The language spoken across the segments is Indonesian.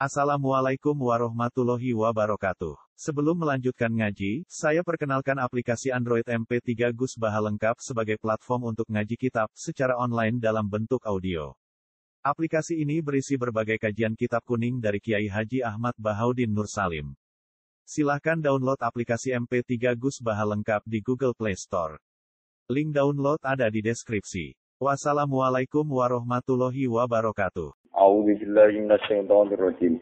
Assalamualaikum warahmatullahi wabarakatuh. Sebelum melanjutkan ngaji, saya perkenalkan aplikasi Android MP3 Gus Baha lengkap sebagai platform untuk ngaji kitab secara online dalam bentuk audio. Aplikasi ini berisi berbagai kajian kitab kuning dari Kiai Haji Ahmad Bahaudin Nur Salim. Silahkan download aplikasi MP3 Gus Baha lengkap di Google Play Store. Link download ada di deskripsi. Wassalamualaikum warahmatullahi wabarakatuh. A'udzu billahi minasyaitonir rajim.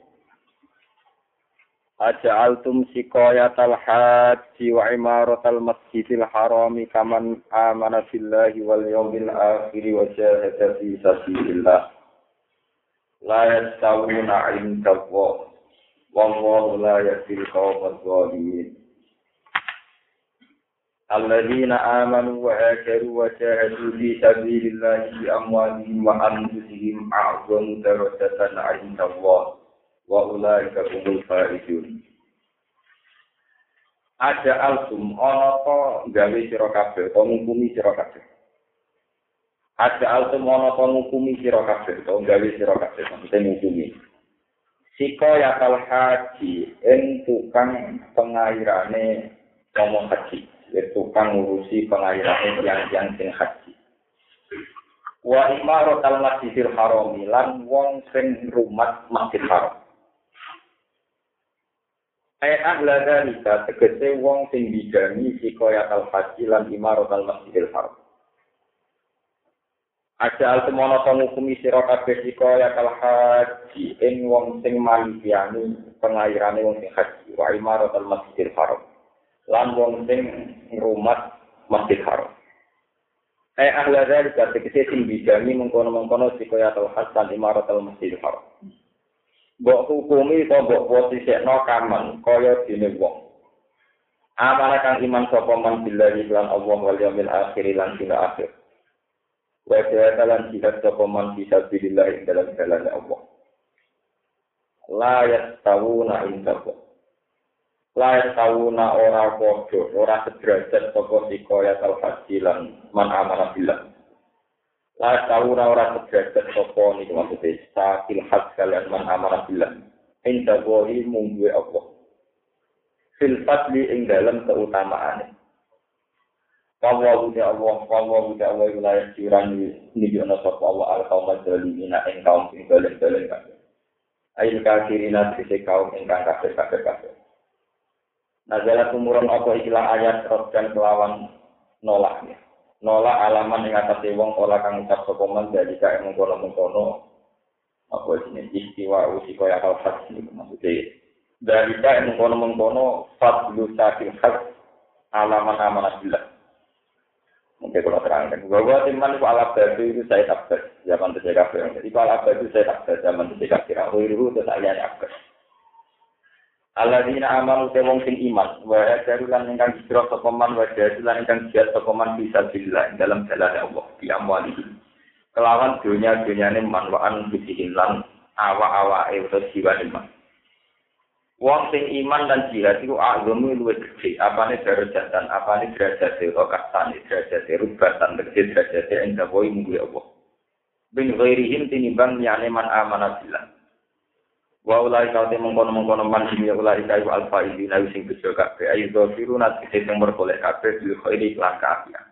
Aja'altum siqayatal haji wa imaratal masjidil harami kaman amana billahi wal yawmil akhir wa jahada fi sabilillah. La yastawuna 'indallah. Wallahu la yahdil qawmal zalimin. Alladzina amanu wa hajaru wa jahadu fi sabilillahi bi amwalihim wa anfusihim a'zamu darajatan 'inda Allah wa ulaika humul faizun. Ada alsum ana to gawe sira kabeh to ngukumi sira kabeh. Ada alsum ana to ngukumi sira kabeh to gawe sira kabeh to ngukumi. Sika yakal haji ing tukang pengairane ngomong haji. Tukang ngurusi pengairan yang sing haji. Wa imaratal masjidil haram lan wong sing rumat Masjid Haram. Ahla dzalika tegese wong sing bidani sikayatal haji lan imaratal masjidil haram. Ajal semono ngukumi sira kabeh sikayatal haji ing wong sing maliani pengairane wong sing haji wa imaratal masjidil haram. Lan wong sing ngrumat Masjid Haram. Ahla dzalika tegese sing bidani mengkono-mengkono sikayatul hasan imaratul Masjidil Haram. Mbok hukumi to mbok posisekno kaman kaya dene wong. Amana kang iman sapa man billahi lan Allah wal yaumil akhir lan dina akhir. Wa ta'ala jihad sapa man fi sabilillah ing dalam jalan Allah. La yastawuna indallah. Lain tauna ora podo, ora sederajat saka sikayatul haji lan man amana billah. Lain tauna ora sederajat saka niku maksude sakil hajj lan man amana billah. Inda wahi mungguwe Allah. Fil fadli ing dalem keutamaane. Wallahu ta'ala wilayah jiran niki ana sapa Allah al-qaum dzalimin ing kaum sing dolen-dolen kabeh. Ail kafirina sing kaum ingkang kafir. Nazalat umuran apa ikilah ayat dan kelawan nolaknya. Nolak alaman yang atas wong olah kang ucap sokoman dari kaya mengkono-mengkono apa jenis istiwa usiko yang kalfat ini maksudnya. Dari kaya mengkono-mengkono fadlu sakil hak alaman amanah bilah. Mungkin kalau terangkan. Bahwa teman itu alat baru itu saya takbir. Zaman itu saya kafir. Itu alat baru saya takbir. Zaman itu saya kafir. Itu saya takbir. Alladzina amanu te wong sing iman wa hajaru lan ingkang hijrah sapa man wa jahadu lan ingkang jihad sapa man bisa billah dalam jalan Allah di amwalihim kelawan dunya-dunyane man wa anfusihim lan awak-awake utawa jiwane man. Wong sing iman dan jihad iku agama luwih gedhe apane darajatan apane derajate utawa kastane derajate rubatan derajate ing dawuh munggu Allah. Bin ghairihim tinimbang liyane man amana billah. Wa ulai kaute mengkono-mengkono man ya ulai kayu alfa ini nawi sing bejo kabeh ayu dofiru nat sing merkoleh kabeh bil khairi lan kaafian.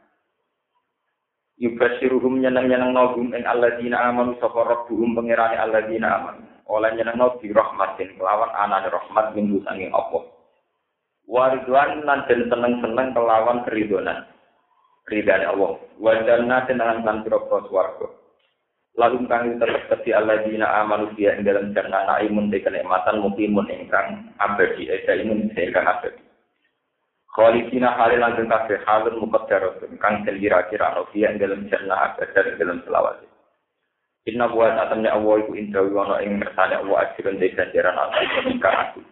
Yubashiruhum nyeneng-nyeneng nogum ing alladzina amanu sapa rabbuhum pangerane alladzina amanu. Oleh nyenengno bi rahmatin kelawan anane rahmat minggu sanging Allah. Wa ridwan lan den seneng-seneng kelawan keridhonan. Ridane Allah. Wa jannatin lan pira-pira swarga. Lalu kang tersedia alladzina amanu biya ing dalam jannah naimun de kenikmatan mukimun ingkang abadi imun ingkang abadi. Khalidina halil langgeng kabeh halun muqaddaratun kang kira-kira ana biya ing dalam jannah abadi dalam selawat. Inna wa ta'ala Allah iku indah wa ing ngersane Allah ajrun de ganjaran ati ingkang aku.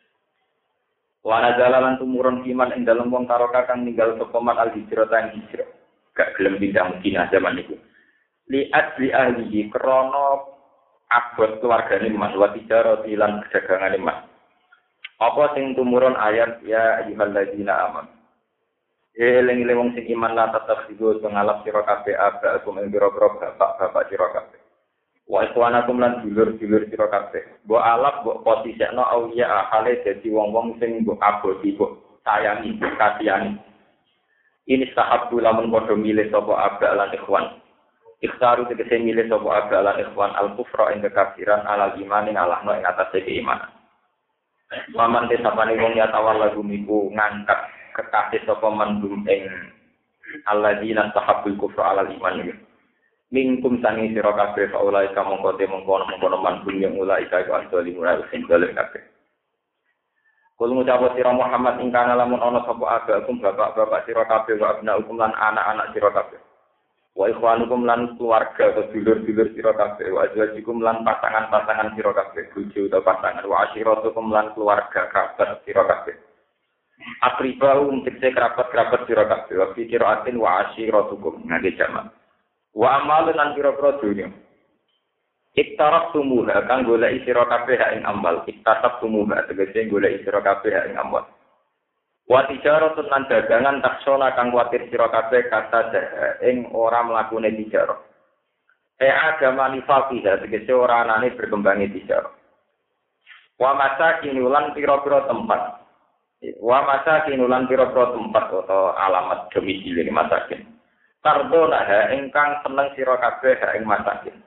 Wa nazalan tumurun iman ing dalam wong taroka kang ninggal sapa man al-hijrah tang hijrah. Gak gelem pindah Madinah zaman iku. Liat li ahlihi krono abot keluargane mas wa tijarah lan perdagangan mas. Apa sing tumurun ayat ya ayyuhalladzina amanu. Eling-eling wong sing iman la tetep digo pengalap sira kabeh aba kum ing pira-pira bapak-bapak sira kabeh. Wa ikhwanakum lan dulur-dulur sira kabeh. Mbok alap mbok posisekno auliya ahale dadi wong-wong sing mbok abodi mbok sayangi mbok kasihani. Ini sahabu lamun padha milih sapa abda lan ikhwan. Ikhtaru tegese milih sapa abda lan ikhwan al-kufra ing kekafiran alal iman ing alahno ing atase keimanan. Paman te sapane wong ya tawal lagu niku ngangkat kekasih sapa mandum ing alladzina sahabul kufra alal iman. Mingkum sangi sira kabeh faulai kamangka te mengkono mandum yang ulai ka asali mulai sing dalem kabeh. Kul ngucap sira Muhammad ing kana lamun ana sapa abakum bapak-bapak sira kabeh wa abnaukum lan anak-anak sira kabeh. Wa ikhwanukum lan keluarga atau dulur-dulur sira kabeh wa azwajikum lan pasangan-pasangan sira kabeh bojo utawa pasangan wa asyiratukum lan keluarga kerabat sira kabeh. Akribau tegese kerabat-kerabat sira kabeh wa fikiratin wa asyiratukum ngene jamak. Wa amalun lan pira-pira dunya. Iktaraf tumuha kang golek sira kabeh ing amal. Iktasab tumuha tegese golek sira kabeh ing amal. Wa tijaratun lan dagangan taksona kang kuwatir sira kabeh kata ing ora mlakune tijarah. Agama nifaqih tegese ora anane berkembange tijarah. Wa masakin lan pira-pira tempat. Wa masakin lan pira-pira tempat atau alamat domisili masakin. Tardona ingkang seneng sira kabeh ing masakin.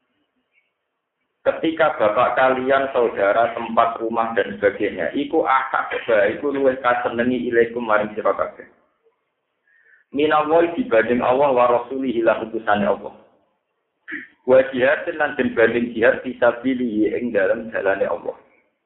Ketika bapak kalian, saudara, tempat rumah dan sebagainya, iku akak bae iku luwih kasenengi ilaikum maring sira kabeh. Minawai dibanding Allah wa rasulihi lan utusane Allah. Wa jihad lan dibanding jihad fisabilihi ing dalem dalane Allah.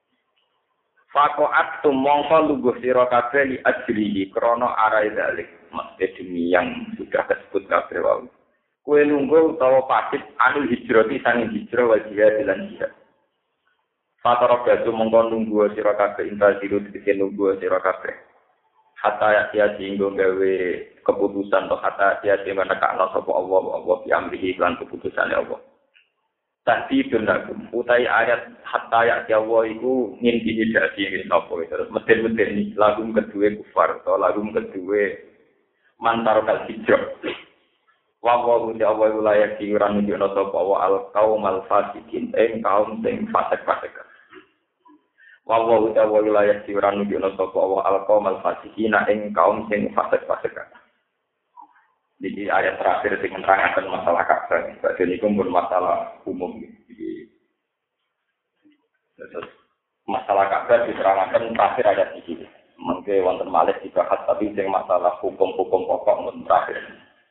Faqat tumongko lungguh sira kabeh li ajrihi krana arae dalik. Maksud demi yang sudah disebut kabeh wae. Kue lungguh utawa pasit anu hijrati sanging hijrah wa jihad lan jihad. Fatarabatu mongko lungguh sira kabeh intaziru dikene lungguh sira kabeh. Hatta ya singgo gawe keputusan atau hatta ya menekakno sapa Allah bi amrihi lan keputusane Allah. Tadi benar utai ayat hatta ya Allah iku ngintimidasi ngene napa terus mesti-mesti ini lagu kedua kufar atau lagu kedua mantar kal hijrah. Wa uti Allah wilayah kiran nunjukna sapa wa al qaumal fasikin ing kaum sing fasik-fasik. Wa uti Allah wilayah kiran nunjukna sapa wa al qaumal fasikin ing kaum sing fasik-fasik. Jadi ayat terakhir sing menerangkan masalah Ka'bah. Bagian itu pun masalah umum. Jadi masalah Ka'bah diterangkan terakhir ayat ini. Mungkin wonten malih dibahas tapi sing masalah hukum-hukum pokok pun terakhir.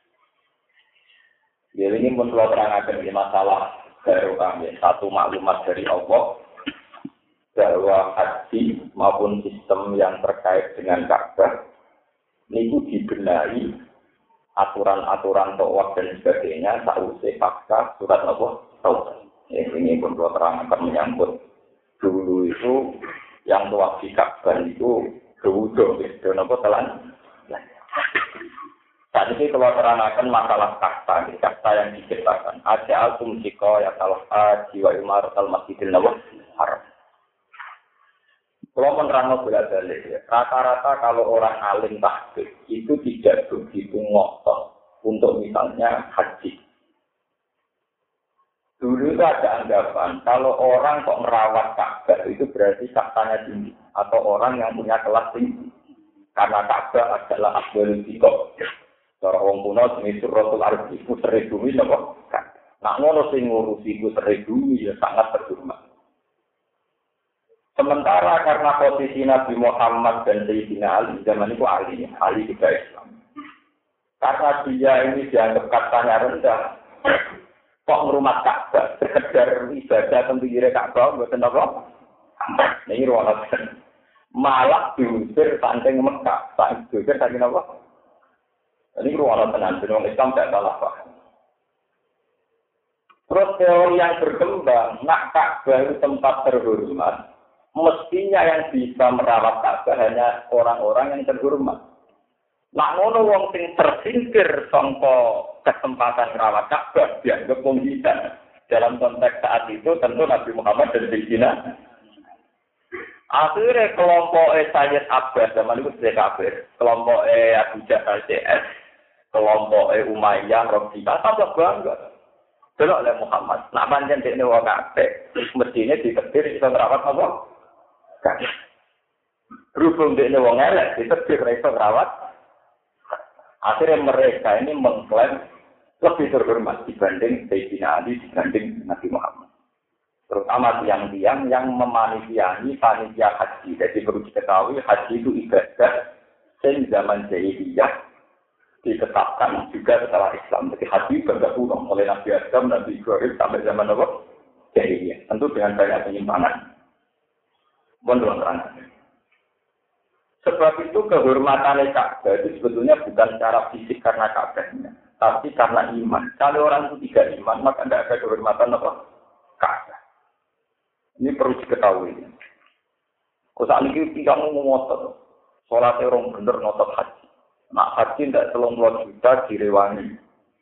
Jadi ini pun kalau terangkan di masalah baru kami satu maklumat dari Allah bahwa haji maupun sistem yang terkait dengan Ka'bah itu dibenahi aturan-aturan tawaf dan sebagainya sausai pasca surat Allah tawaf. Ini pun kalau terangkan menyangkut dulu itu yang tawaf di Ka'bah itu berwudu, itu apa telan. Saat ini kalau terangkan masalah kasta yang diciptakan. Ada al-tumsiko ya salah jiwa imarat al-masjidil haram. Kalau menerangkan bolak-balik ya, rata-rata kalau orang alim tahqiq itu tidak begitu ngotot untuk misalnya haji. Dulu itu ada anggapan kalau orang kok merawat Ka'bah itu berarti saktanya tinggi atau orang yang punya kelas tinggi. Karena Ka'bah adalah afdhalul fiqh. Cara wong kuno jenis Rasul Arab itu seribumi napa? Nak ngono sing ngurusi iku seribumi ya sangat terhormat. Sementara karena posisi Nabi Muhammad dan Sayyidina Ali zaman itu Ali juga Islam. Karena dia ini dianggap kastanya rendah, kok merumat Ka'bah, sekedar ibadah tenggiri Ka'bah, bukan apa? Ini ruangan malah diusir saking Mekah, diusir saking apa? Ini ruangan tenan, orang Islam tidak salah paham. Terus teori yang berkembang, nak Ka'bah itu tempat terhormat, mestinya yang bisa merawat Ka'bah hanya orang-orang yang terhormat. Nak ngono wong sing tersingkir sangka kesempatan merawat Ka'bah dianggap wong bisa. Dalam konteks saat itu tentu Nabi Muhammad dan Sayyidina. Akhirnya kelompok Sayyid Abbas zaman itu sudah kafir. Kelompok Abu Jahal CS, kelompok Umayyah, Rabi'ah tambah bangga. Delok le Muhammad, nak pancen dekne wong kabeh, mestine ditetir iso ngrawat apa? Kabeh. Berhubung dekne wong elek, ditetir iso ngrawat. Akhirnya mereka ini mengklaim lebih terhormat dibanding Sayyidina Ali, dibanding Nabi Muhammad. Terutama tiang-tiang yang memanitiani panitia haji. Jadi perlu diketahui haji itu ibadah yang zaman jahiliyah ditetapkan juga setelah Islam. Jadi haji bergabung oleh Nabi Adam, Nabi Ibrahim sampai zaman apa? Jahiliyah. Tentu dengan banyak penyimpangan. Mohon terang. Sebab itu kehormatan Ka'bah itu sebetulnya bukan secara fisik karena Ka'bahnya, tapi karena iman. Kalau orang itu tidak iman, maka tidak ada kehormatan apa? Ka'bah. Ini perlu diketahui. Kau saat ini tidak mau ngotot. Sholat orang benar ngotot haji. Nah haji tidak 30 juta direwangi.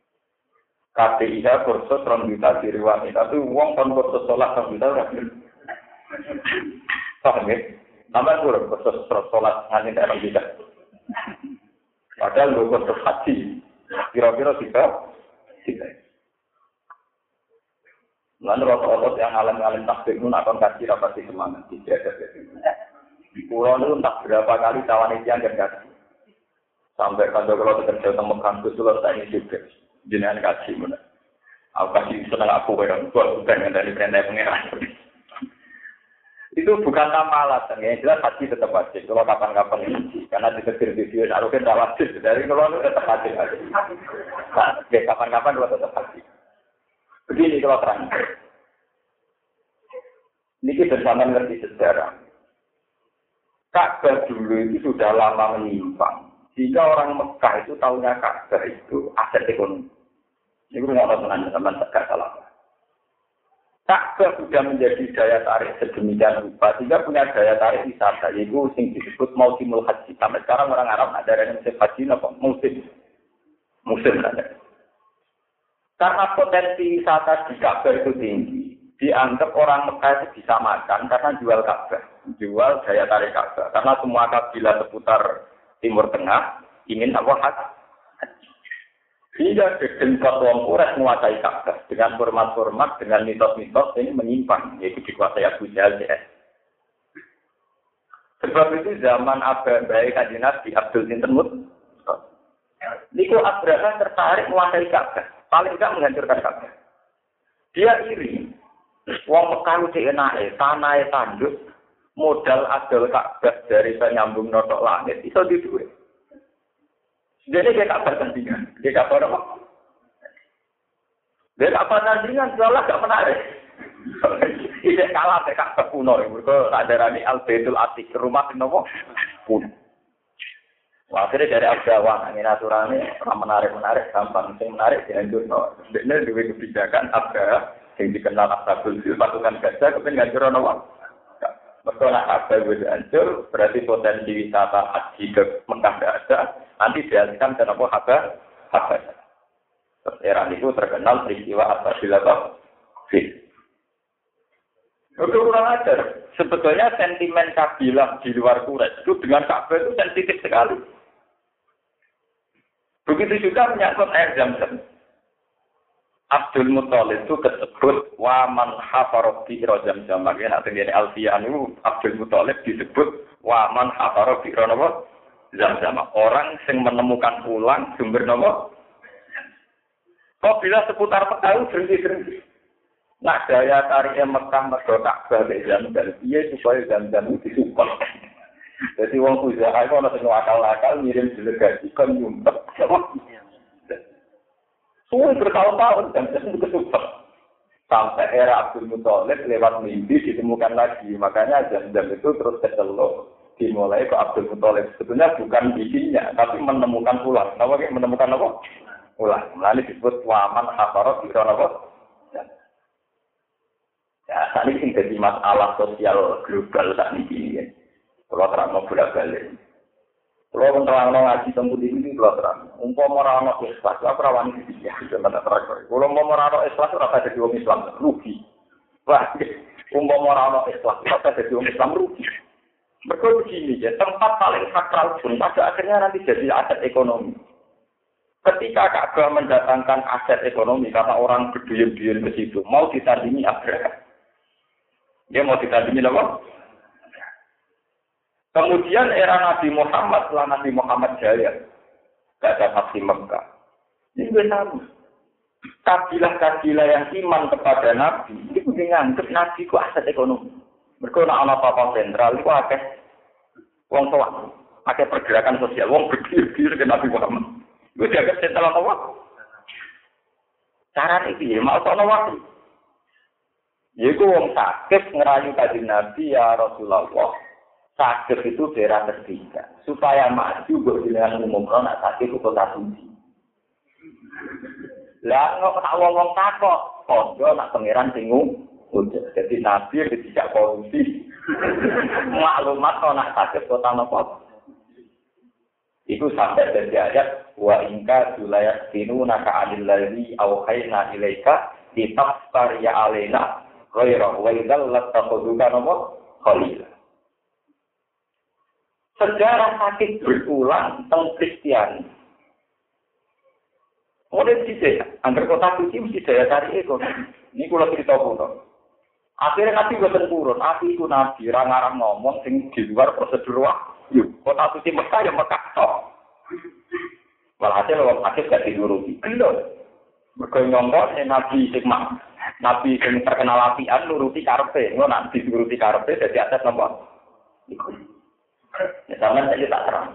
KPIH kursus 2 juta direwangi. Tapi uang kan kursus sholat 2 juta berarti. Paham ya? Namanya kurang kursus sholat nanti tidak 2 juta. Padahal lu kursus haji. Kira-kira tidak. Lalu rokok-rokok yang alam-alam takbir itu akan kasih rapati semangat. Tidak ada. Pulau itu entah berapa kali kawan itu yang kasih. Sampai kalau kerja sama kampus itu saya ini juga. Jenengan kasih mana. Aku kasih senang aku yang buat bukan dari perintah pengeran. Itu bukan tanpa alasan ya. Jelas haji tetap wajib. Kalau kapan-kapan ini. Karena ditetir video. Aku kan tak wajib. Dari kalau itu tetap wajib. Nah, kapan-kapan kalau tetap wajib. Begini kalau terang. Ini kita bersama ngerti sejarah. Ka'bah dulu itu sudah lama menyimpang. Jika orang Mekah itu tahunya Ka'bah itu aset ekonomi. Ini nggak tahu teman teman tegak salah. Ka'bah sudah menjadi daya tarik sedemikian rupa sehingga punya daya tarik wisata. Yaitu yang disebut mausimul haji. Sampai sekarang orang Arab ada yang musim haji apa? Musim ada. Karena potensi wisata di Ka'bah itu tinggi. Dianggap orang Mekah itu bisa makan karena jual Ka'bah, jual daya tarik Ka'bah. Karena semua kabilah seputar Timur Tengah ingin apa haji. Sehingga keempat orang Quraisy menguasai Ka'bah dengan format-format, dengan mitos-mitos yang menyimpang, yaitu dikuasai Abu Jahal. Sebab itu zaman baik Kanjeng Nabi Abdul Sinten Niku Abraham tertarik menguasai Ka'bah, paling tidak menghancurkan Ka'bah. Dia iri. Wong Mekah itu enake, tanahe tanduk, modal adol Ka'bah dari penyambung notok langit iso diduwe. Jadi dia Ka'bah tandingan, dia Ka'bah apa? Dia Ka'bah tandingan salah gak menarik. Dia kalah ke Ka'bah kuno, mergo tak darani Al-Baitul Atiq, rumah nopo kuno. Wah, akhirnya dari Abdawan, angin aturannya menarik, gampang, yang menarik dihancurno. Dia duwe kebijakan Abda. Yang dikenal Ashabul Fil, pasukan gajah, kemudian hancur orang. Mereka nak Ka'bah wis hancur, berarti potensi wisata haji ke Mekah tidak ada, nanti dialihkan ke apa Habah. Terus era itu terkenal peristiwa Ashabul Fil. Itu kurang ajar. Sebetulnya sentimen kabilah di luar Quraisy itu dengan Ka'bah itu sensitif sekali. Begitu juga menyangkut air Zam-Zam. Abdul Muthalib itu disebut waman hafaroh bi Zam-Zam. Makanya nanti dari Alfian itu Abdul Muthalib disebut waman hafaroh bi Zam-Zam. Orang yang menemukan ulang sumber nopo. Kok bila seputar Mekah berhenti. Nah daya tarik Mekah mergo Ka'bah be Zam-Zam. Iya supaya Zam-Zam itu disupport. Jadi wong usaha itu ana sing akal-akal ngirim delegasi kon nyumpet. Sudah bertahun-tahun dan itu kesumpah. Sampai era Abdul Muthalib lewat mimpi ditemukan lagi. Makanya Zam-Zam itu terus kecelok. Dimulai ke Abdul Muthalib. Sebetulnya bukan bikinnya, tapi menemukan ulang. Kenapa menemukan apa? Ulang. Lalu disebut waman hafarot di apa? Ya, saat ini jadi masalah sosial global saat ini. Kalau terang mau bolak-balik. Kalau terang ngaji tempat ini kalau terang. Umpama orang ikhlas, apa rawan ini ya? Kalau mau orang ikhlas, rasa jadi orang Islam rugi. Wah, umpama orang ikhlas, rasa jadi orang Islam rugi. Mereka begini ya, tempat paling sakral pun pada akhirnya nanti jadi aset ekonomi. Ketika Ka'bah mendatangkan aset ekonomi karena orang berduyun-duyun ke situ, mau ditandingi Abraham. Dia mau ditandingi apa? Kemudian era Nabi Muhammad, setelah Nabi Muhammad jaya, tidak ada faksi Mekah. Ini benar. Kabilah-kabilah yang iman kepada Nabi, itu menganggap Nabi itu aset ekonomi. Mereka nak apa-apa sentral, itu akeh wong tua, akeh pergerakan sosial, wong berdiri-diri ke Nabi Muhammad. Itu dianggap sentral apa? Cara ini, mau soal apa? Yaitu wong sakit ngerayu kajian Nabi, ya Rasulullah. Sakit itu daerah ketiga. Supaya maju buat dengan umum nak sakit itu kota suci. Lah nggak tak wong takok, kondo nak pangeran singgung. Jadi Nabi tidak korupsi. Maklumat kalau nak sakit kota nopo. Itu sampai dari ayat wa ingka julayat sinu naka alillahi awhayna ilaika ditaftar ya alena ghairah wa idzal lataquduka nopo qalila. Sejarah sakit berulang tentang Kristiani. Mulai sih, angker kota suci mesti daya tarik ekonomi. Ini kalau cerita pun. Akhirnya Nabi boten purun, Nabi itu Nabi, orang-orang ngomong sing di luar prosedur wahyu. Kota suci Mekah ya Mekah tok. Walhasil orang sakit gak dinuruti. Gendol. Mereka nyongkok Nabi Hikmah. Nabi yang terkenal apian nuruti karepe. Ngono nak dituruti karepe dadi aset napa? Ya sampeyan saya tak terang.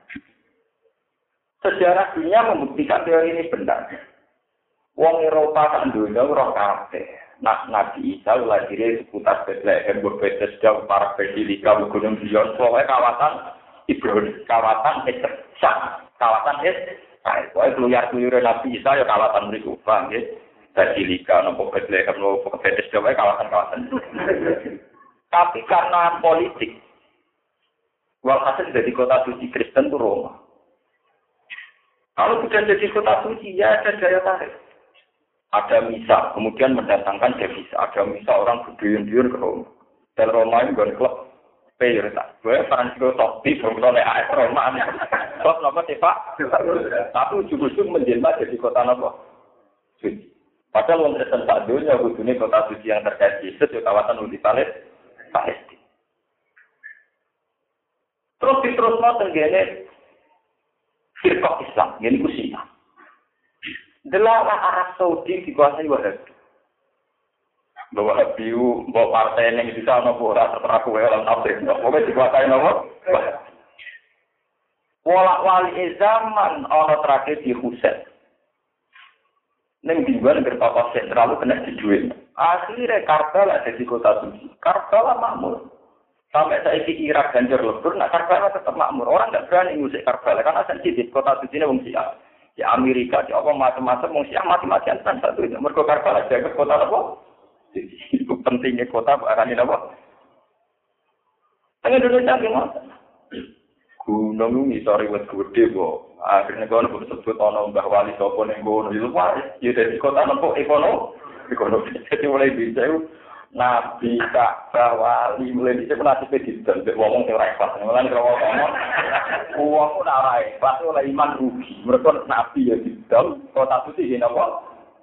Sejarah dunia membuktikan teori ini benar. Wong Eropa kan dunia roh kabeh. Nah, Nabi Isa lahirnya seputar Bethlehem, Bethesda, para Basilika, Gunung Zion, pokoknya kawasan Ibrani, kawasan Israel, kawasan Israel. Pokoknya keluyar-keluyur Nabi Isa ya kawasan mereka, bang, ya. Basilika, nopo Bethlehem, nopo Bethesda, pokoknya kawasan-kawasan. Tapi karena politik, walhasil jadi kota suci Kristen itu Roma. Kalau sudah jadi kota suci, ya ada daya tarik. Ada misa, kemudian mendatangkan devisa. Ada misa orang berduyun-duyun ke Roma. Dan Roma ini bukan klub player. Gue Francisco Totti, oleh AS Roma. Klub apa sih Pak? Tapi ujung-ujung menjelma jadi kota apa? Suci. Padahal orang Kristen tak dunia, ujungnya kota suci yang terkait Yesus di kawasan Udi Palestina. Terus diteruskan tenggene firqah Islam, ini kusiah. Delalah Arab Saudi dikuasai Wahabi. Wahabi bawa partai yang bisa nopo ora tertera kowe lan nafsi. Pokoke dikuasai nopo? Wali zaman ana tragedi Husain. Ning diwan bertapa sentral kena dijual. Akhirnya Karbala jadi kota suci. Karbala makmur. Sampai saiki Irak ganjur lebur, nak Karbala tetap makmur. Orang enggak berani ngusik Karbala karena sensitif kota suci ini wong Syiah. Di Amerika, di apa macam-macam, mesti mati-matian kan satu itu. Mereka Karbala jaga kota apa? Itu pentingnya kota arahnya apa? Tengah Indonesia gimana? Gunung ini sorry buat gede kok. Akhirnya kau nak sebut orang Mbah Wali Sopo yang gunung itu wah, ya dari kota apa ekonomi. Jadi mulai bisa Nabi Ka'bah Wali mulai bisa nasib digital. Ngomong teori pas, mulai kalau ngomong, uang pun arai, pas oleh iman rugi. Mereka Nabi ya digital, kota suci ini apa?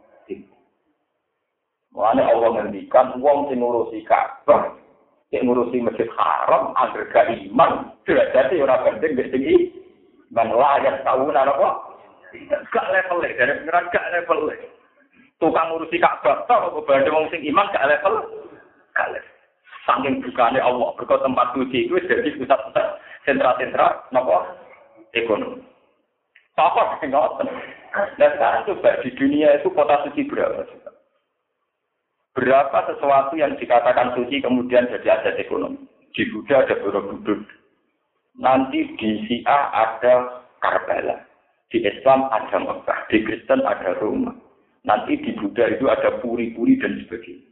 Mulai Allah menghentikan uang yang ngurusi Ka'bah, yang ngurusi Masjid Haram, agar gak iman. Sudah jadi orang penting gak tinggi, layak tahu apa? Gak level dari pengiran gak level. Tukang ngurusi Ka'bah, tahu kepada orang sing iman gak level. Kalah. Saking bukane Allah, berkah tempat suci itu jadi pusat-pusat sentra-sentra napa ekonomi. Apa sing ngoten? Dan sekarang coba di dunia itu kota suci berapa? Berapa sesuatu yang dikatakan suci kemudian jadi aset ekonomi? Di Buddha ada Borobudur. Nanti di Syiah ada Karbala. Di Islam ada Mekah. Di Kristen ada Roma. Nanti di Buddha itu ada puri-puri dan sebagainya.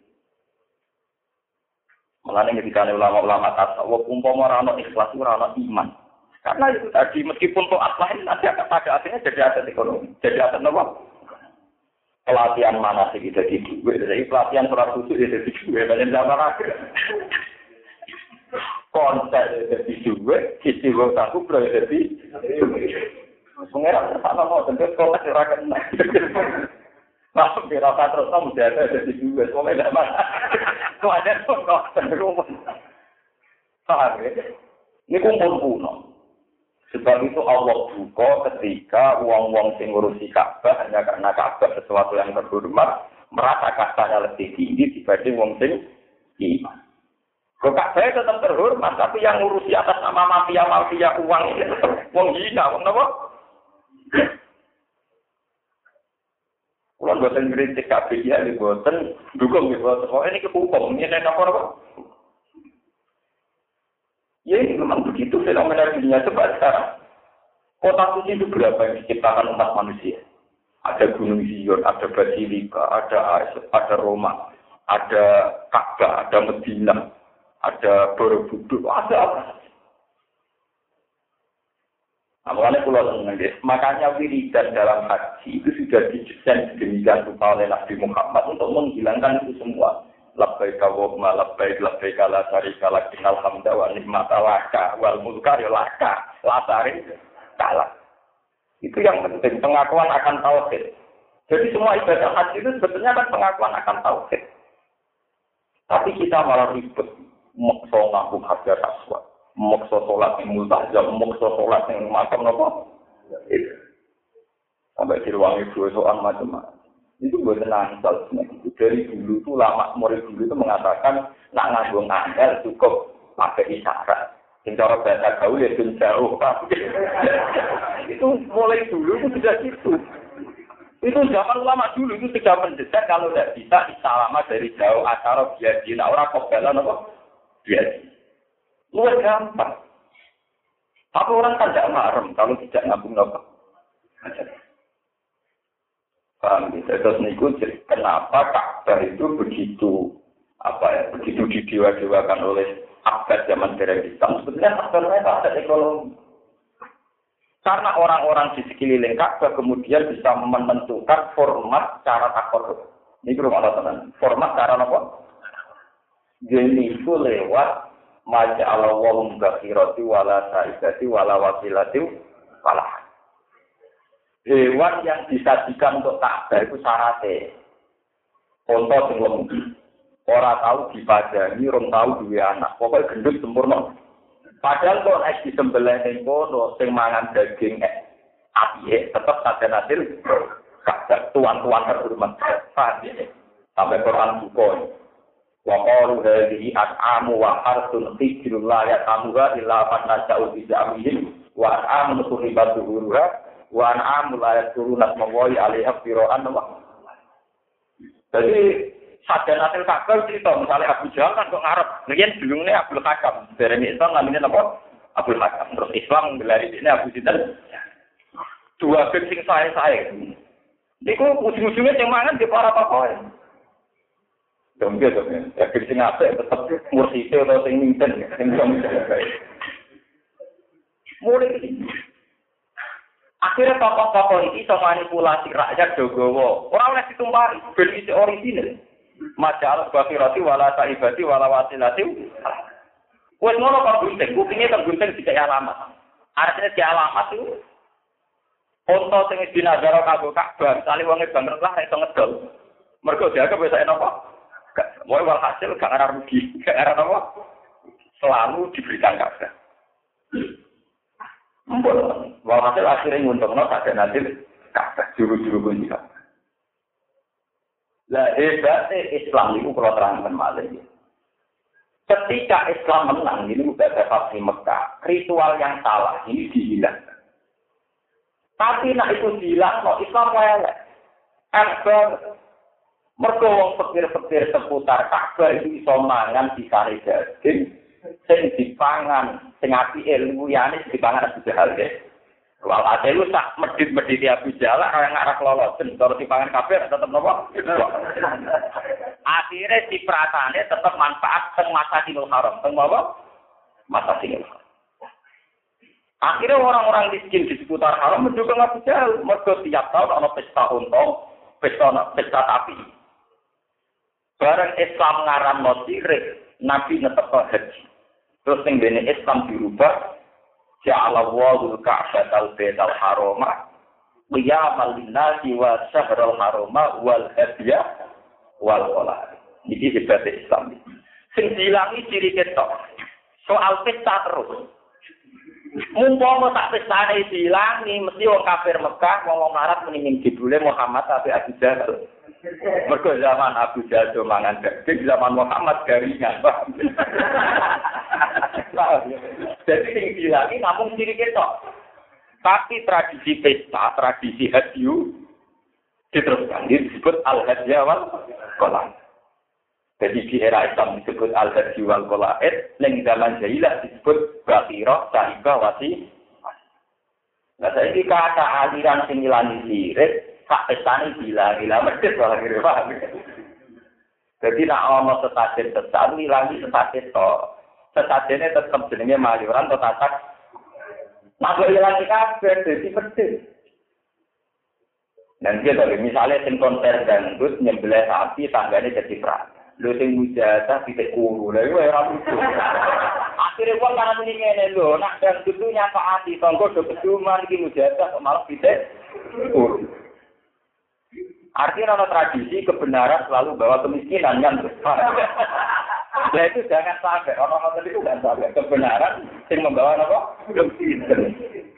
Mengenai ketika ulama-ulama tasawuf, umpama orang ikhlas, orang iman. Karena itu tadi, meskipun to'at lain, nanti akan pada akhirnya jadi aset ekonomi. Jadi aset apa? Pelatihan mana sih jadi duit. Jadi pelatihan surat susu jadi duit. Dan zaman akhir. Konser jadi duit, istiwa satu jadi duit. Pengeran tersana mau tentu sekolah ora kena. Masuk di rasa terus kamu jaga jadi juga soalnya tidak mana. Kau ada pun kau terus. Paham ya? Ini kumpul kuno. Sebab itu Allah buka ketika uang-uang sing ngurusi Ka'bah hanya karena Ka'bah sesuatu yang terhormat merasa kastanya lebih tinggi dibanding wong sing iman. Kok Ka'bah tetap terhormat tapi yang ngurusi atas nama mafia uang itu tetap wong hina, wong napa? Kalau buatan kritik KPI ya, buatan dukung gitu. Oh ini kehukum, ini ada apa? Ya ini memang begitu fenomena dunia coba sekarang. Kota suci itu berapa yang diciptakan umat manusia? Ada Gunung Zion, ada Basilika, ada Roma, ada Ka'bah, ada Medina, ada Borobudur, ada apa? Nah, makanya wiridan dalam haji itu sudah didesain sedemikian rupa oleh Nabi Muhammad untuk menghilangkan itu semua. Labbaik Allahumma labbaik labbaik la syarika lak innal hamda wa ni'mata laka wal mulka ya laka la syarika lak. Itu yang penting, pengakuan akan tauhid. Jadi semua ibadah haji itu sebetulnya kan pengakuan akan tauhid. Tapi kita malah ribet, maksa ngaku hajar aswad. Mokso sholat yang multazam, mokso sholat yang macam apa? Itu. Sampai di ruang ibu soal macam-macam. Itu buat nansal. Dari dulu itu lama murid dulu itu mengatakan nak nganggo ngandel cukup pakai isyarat. Yang cara bahasa gaul ya jauh. Itu mulai dulu itu sudah gitu. Itu zaman ulama dulu itu sudah mendesak kalau tidak bisa isyarat dari jauh acara biasa. Nah orang kobelan apa? Biasa. Luar gampang. Tapi orang kan tidak marem kalau tidak ngabung apa. Paham ya? Terus niku kenapa Ka'bah itu begitu begitu didewa-dewakan oleh abad zaman Islam. Sebetulnya Ka'bah mereka ada ekonomi. Karena orang-orang di sekeliling Ka'bah kemudian bisa menentukan format cara takor. Ini rumah teman. Format cara apa? Jadi itu lewat Maja Allahum bakhirati wala sa'idati wala wasilati wala. Hewan yang disajikan untuk Ka'bah itu syaratnya. Contoh yang lembu. Orang tahu dipadani, orang tahu dua anak. Pokoknya gendut sempurna. Padahal kalau naik di sembelih yang kono, yang mangan daging api, tetap saja nasil. Ka'bah tuan-tuan terhormat. Sampai Quran buku. Wa qalu hadhihi an'amu wa harsun hijrun la ya'tamuha illa man nasha'u bi za'mihim wa an'amu turibatu huruha wa an'amu la yakuruna asmallahi 'alaiha fira'an wa. Jadi sadar hasil Ka'bah cerita misalnya Abu Jahal kan kok ngarep riyen dulunge Abdul Hakam dereng Islam namanya apa Abdul Hakam terus Islam ngelari ini Abu Sinten dua bek sing sae-sae niku ujung-ujungnya sing mangan di para pakoe. Dongge to, ya sing apik tetep mursite atau sing minten, sing baik. Mulai akhirnya tokoh-tokoh ini iso manipulasi rakyat Jogowo. Ora oleh ditumpari, ben isi orisinil. Majalah bakhirati wala saibati wala wasilati. Wes ngono kok gunting, kupinge kok gunting dikai alamat. Artinya di alamat itu foto sing dinazaro kanggo Ka'bah, misale wong e bangkrut lah iso ngedol. Mergo dianggap wis enak kok. Mau walhasil gak ada rugi, gak ada apa, selalu diberikan Ka'bah. Walhasil akhirnya nguntungnya ada nanti Ka'bah juru-juru pun juga. Lah hebatnya Islam itu kalau terangkan malah. Ketika Islam menang, ini udah dapat di Mekah, ritual yang salah ini dihilangkan. Tapi nak itu dihilang, no Islam welek. Mergo wong pikir-pikir seputar Ka'bah itu iso mangan disane daging sing dipangan sing apike liyane dipangan Abu Jahal ya. Wal atelu sak medhit-medhit Abu Jahal ora ngarep lolosen terus dipangan kabeh tetep napa? Akhire cipratane tetep manfaat teng Masjidil Haram. Teng apa? Masjidil Haram. Akhirnya orang-orang miskin di seputar Haram mendukung Abu Jahal. Mergo tiap tahun ana pesta unta, pesta tapi. Barang Islam ngaramno sirik, Nabi netep haji. Terus ning dene Islam dirubah Ja'alallahu al-Ka'batal Baital Harama qiyamal linnasi wa syahrul harama wal hadya wal qala'id. Iki sebab Islam. Sing dilangi ciri ketok. Soal pesta terus. Mumpama tak pestane dilangi mesti wong kafir Mekah ngomong Arab mending jebule Muhammad tapi Abu Jahal. Mergo zaman Abu Jahal do mangan daging, zaman Muhammad garingan. Jadi sing dilangi namung ciri ketok. Tapi tradisi pesta, tradisi hadyu diteruskan disebut al-hadya wal qala'id. Jadi di era Islam disebut al-hadyu wal qala'id, ning zaman jahiliyah disebut batirah, sahibah, wasi. Nah, saiki kata aliran sing ngilani sirik, sak pestane gila-gila medhit ora kira paham. Jadi nek ana sesajen tesan ngilangi sesajen to. Sesajene tetep jenenge mayuran to tatak. Nek ilang kabeh dadi medhit. Dan dia dari misalnya sing konser dangdut nyembelih sapi tanggane jadi perang. Lho sing mujazah titik kuru. Lha iku ora lucu. Akhire wong kana muni ngene lho, nak dangdut ku nyapaati tangga do keduman iki mujazah kok malah titik kuru. Artinya ada tradisi kebenaran selalu bawa kemiskinan kan. Nah itu jangan sampai orang-orang itu kan sampai kebenaran yang membawa apa? Kemiskinan.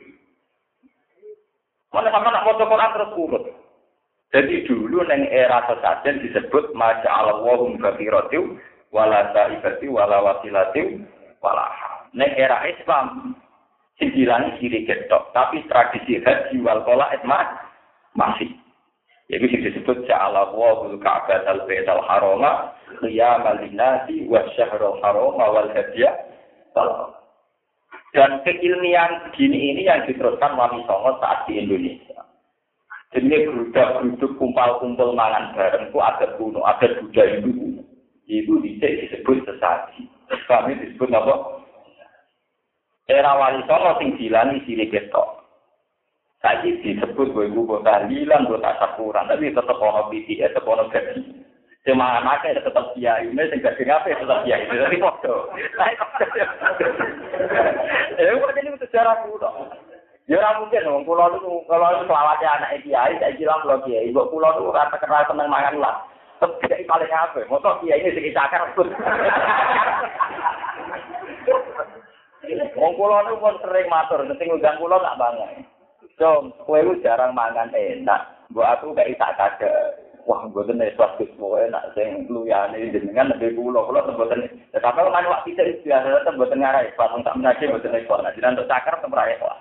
Mana sama nak foto Quran terus urut. Jadi dulu neng era sesajen disebut masya'allahum ghafirotiu wala ta'ibati wala wasilatiu wala. Neng era Islam dibilang ciri ketok, tapi tradisi haji wal qala'id masih. Yaitu disebut ja'alallahul ka'batal baital harama qiyamal linnasi wasyahrul harama wal hadya wal. Dan keilmian begini ini yang diteruskan Wali Songo saat di Indonesia. Jadi gerudak-geruduk kumpul-kumpul mangan bareng itu ada kuno, ada budaya itu. Itu disebut sesaji. Kami disebut apa? Era Wali Songo sing dilani sirik ketok. Saiki disebut gue tahlilan, gue tasakuran, tapi tetap ono piti, tetap ono gaji. Cuma anaknya tetap kiai, ini sing gaji ngapain tetap kiai, tapi foto. Ini sejarah kuno. Ya ora mungkin wong kula niku kalau selawate anake kiai saya bilang kula kiai, mbok kula niku ora terkenal seneng mangan lah. Terus kiai paling apik, moto kiai ini sing cakar pun. Wong kula niku pun sering matur, sing ngundang kula tak bangun. Dong, kowe ku jarang mangan enak. Mbok aku gak isak kagak. Wah, mboten esok kowe enak sing luyane jenengan lebih kula mboten. Tetapi kan wak pitik biasa mboten ngarai, pas tak menake mboten esok. Nah, jenengan cakar temrai kok.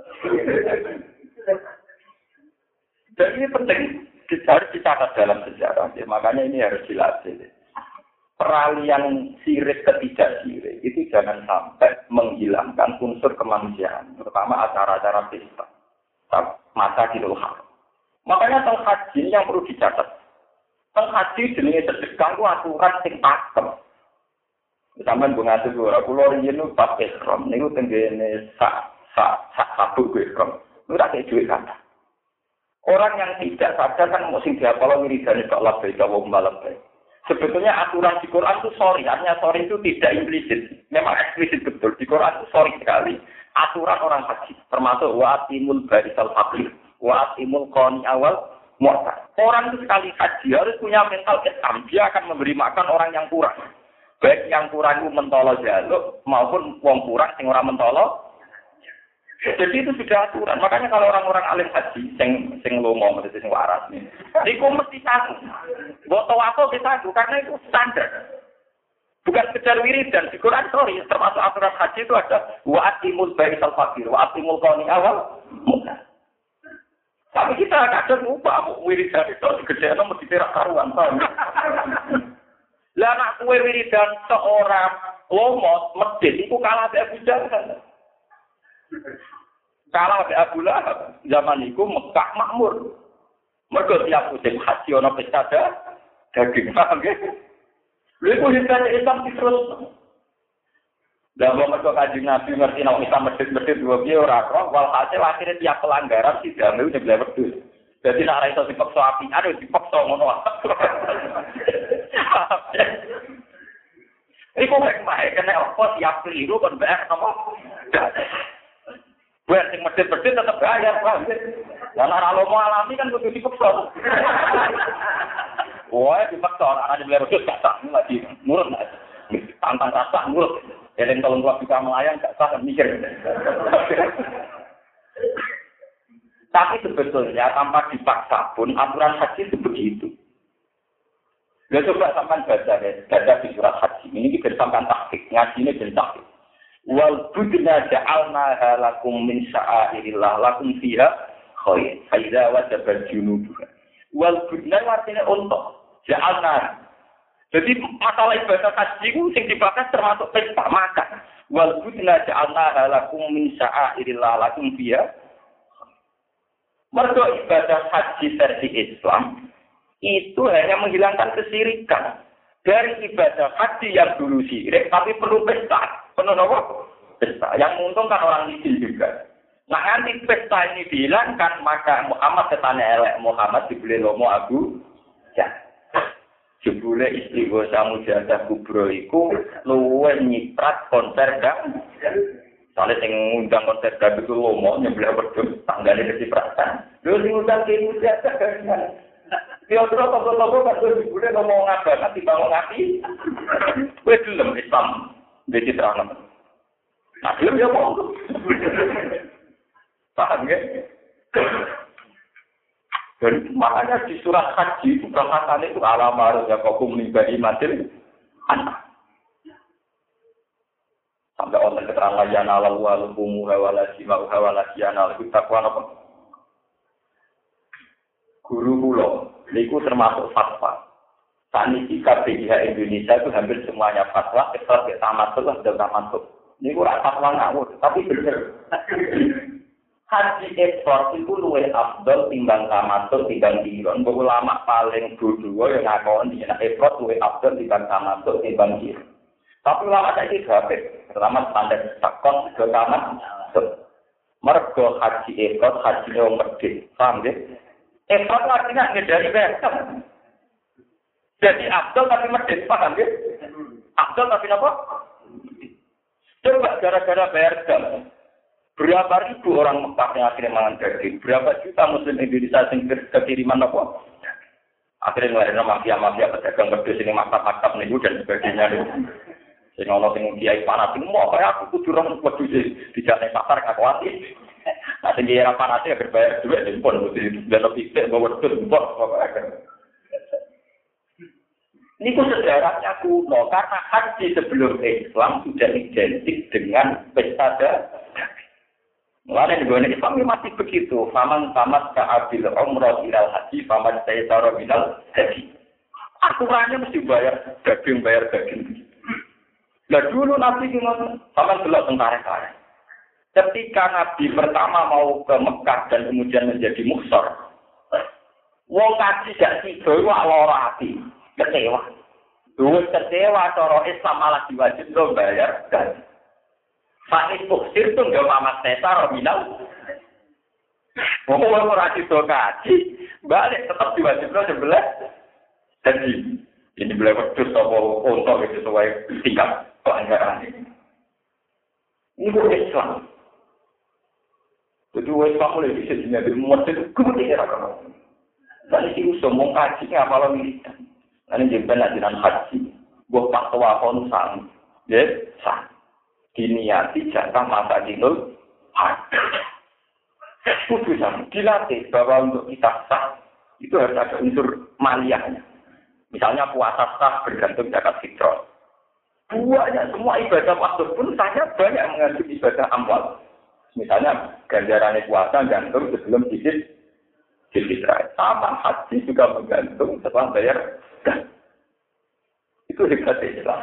Dan ini penting, harus dicatat dalam sejarah. Makanya ini harus dilatih. Peralihan sirik ke tidak sirik itu jangan sampai menghilangkan unsur kemanusiaan, terutama acara-acara pesta, masa di luar. Makanya tentang haji yang perlu dicatat. Tentang haji jenenge sedekah itu aturan sing pakem. Sampeyan bunga itu kula riyen pas ihram niku tenggene satu gue kan, lu tak kayak duit kan? Orang yang tidak sadar kan mesti diapal wiridan itu Allah baik Allah malam baik. Sebetulnya aturan di Quran itu artinya sorry itu tidak implisit, memang eksplisit betul. Di Quran itu sorry sekali. Aturan orang haji termasuk wa'atimul barisal fakir, wa'atimul qani awal mu'tad. Orang itu sekali haji harus punya mental Islam. Dia akan memberi makan orang yang kurang. Baik yang kurang itu mentolo jaluk maupun wong kurang sing ora mentolo. Jadi itu sudah aturan. Makanya kalau orang-orang alim haji, sing lomo, sing waras nih, itu mesti satu. Boto apa kita satu, karena itu standar. Bukan sekedar wiridan. Di Quran, termasuk aturan haji itu ada wa'atimul barisal fakir, wa'atimul qani awal mu'tad. Tapi kita kadang lupa wiridan itu segede mesti terak karuan. Lah nak kue wiridan seorang lomo medit itu kalah dari Abu Jahal. Kalau ada Abu Lahab zaman itu Mekah makmur. Mergo tiap musim haji ana pesta daging paham nggih. Lha iku hidayah Islam terus. Lah wong mergo Kanjeng Nabi ngerti nek Islam medhit-medhit dua piye ora kok walhasil akhirnya tiap pelanggaran sidame nyebleh wedhus. Dadi nek ora iso dipaksa api, aduh dipaksa ngono wae. Iku mek bae kena apa tiap keliru kon bae apa. Buat sing medhit-medhit tetep bayar, paham ya? Lah ora lomo alami kan kudu dipeksa. Wah, dipeksa ana di wedhus gak tak lagi nurut. Tantang rasa nurut. Eleng tolong keluar bisa melayang gak sah mikir. Tapi sebetulnya tanpa dipaksa pun aturan haji itu begitu. Ya coba sampai baca di surat haji. Ini kita sampai taktik, ngaji ini dan taktik. Wal budna ja'alna lakum min sya'airillah lakum fiha khair. Faiza wajabal junuduha. Wal budna artinya untuk ja'alna. Jadi masalah ibadah haji itu yang dibahas termasuk pesta makan. Wal budna ja'alna lakum min sya'airillah lakum fiha. Mergo ibadah haji versi Islam itu hanya menghilangkan kesirikan dari ibadah haji yang dulu syirik, tapi perlu pesta, penuh apa? Pesta. Yang menguntungkan orang miskin juga. Nah nanti pesta ini dihilangkan, maka Muhammad ketane elek Muhammad dibeli lomo Abu ya. Jebule istri gosa mujadah kubro iku luwe nyiprat konser dang. Soalnya yang ngundang konser dang itu lomo nyebelah wedhus tanggane kecipratan. Lho sing ngundang ki mujadah kan. Dia terus toko-toko kan boleh ngomong apa, nanti bangun ngapi. Kue gelem Islam, dia diterangkan. Nah, gelem ya mau. Paham ya? Dan makanya di surat haji, bahasannya itu alamar, ya kau menimba imatil, anak. Sampai orang keterangan, ya nalawu alukumu hawalasi, ma'u hawalasi, ya nalawu takwa apa? Guru pulau. Itu termasuk fatwa. Saat ini KPIH Indonesia itu hampir semuanya fatwa, kecuali tamat lah dan tamat. Ini kurang fatwa ngawur, tapi benar. Haji ekspor itu luwih afdal timbang tamat, timbang diron. Ulama paling dulu yang ngakon di ekspor luwih afdal timbang tamat, timbang diron. Tapi ulama saya itu habis, terutama standar takon ke tamat. Mergo haji ekspor, haji yang medit, paham ya? Ekspor artinya ngedari berkam. Jadi Abdul tapi medit, paham ya? Abdul tapi apa? Coba gara-gara berkam. Berapa ribu orang Mekah yang akhirnya mangan daging? Berapa juta Muslim Indonesia yang kekiriman apa? Akhirnya ngelahirin mafia-mafia pedagang wedhus ini maktab-maktab nih dan sebagainya. Sing ono sing kiai fanatik mau kayak aku kudu rong wedhus di jalan pasar kakuati. Nah, tinggi era panasnya berbayar duit, pun dan lebih tidak bawa duit, ini pun sejarahnya kuno, karena haji sebelum Islam sudah identik dengan pesta dagang. Mulanya di Islam masih begitu, faman tamat ka'abil umrah ilal haji, faman sayyidara minal haji. Aturannya mesti bayar daging. Nah dulu Nabi gimana? Faman belok tentara-tentara. Ketika Nabi pertama mau ke Mekah dan kemudian menjadi muhsor, wong kaji gak tiga itu lara hati, kecewa. Dua kecewa, cara Islam malah diwajibkan bayar gaji. Fa'is buksir itu nggak mamat seta, rominal. Wong orang itu kaji, balik tetap diwajibkan sebelah. Jadi, ini boleh berdus atau untuk itu sesuai tingkat pelanggaran ini. Ini bukan Islam. Jadi Islam boleh bisa jadi muat-muat kemudian apa? Dan ini usul mau kaji apa lagi? Nanti jemben ajaran haji, buat fatwa konsan, ya sah. Diniati jatah masa dinul haji. Putusan dilatih bahwa untuk kita sah itu harus ada unsur maliyahnya. Misalnya puasa sah bergantung zakat fitrah. Banyak semua ibadah waktu pun saya banyak mengandung ibadah amwal. Misalnya ganjaran puasa gantung sebelum dikit fitrah. Sama haji juga menggantung setelah bayar. Itu hebat Islam.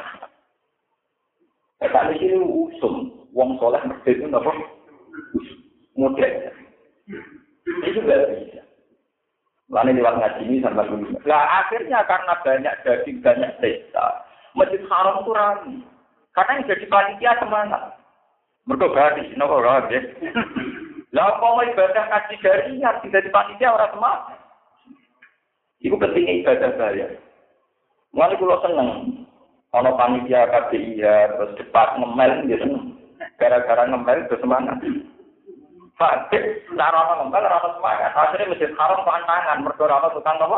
Kali ini usum, wong soleh medit itu apa? Model. Itu nggak bisa. Lalu lewat ngaji ini sampai dulu. Nah akhirnya karena banyak daging, banyak pesta, Masjid Haram itu ramai. Karena yang jadi panitia semangat. Mereka garis, nopo garis. Lah mau ibadah kaji jariah, tidak di panitia orang semangat. Itu pentingnya ibadah saya. Mulai kalau seneng, kalau panitia KPI ya terus cepat ngemel gitu. Gara-gara ngemel itu semangat. Pak, cara ngembang ora semangat. Akhirnya Masjid Haram pantangan mergo ora tukang apa?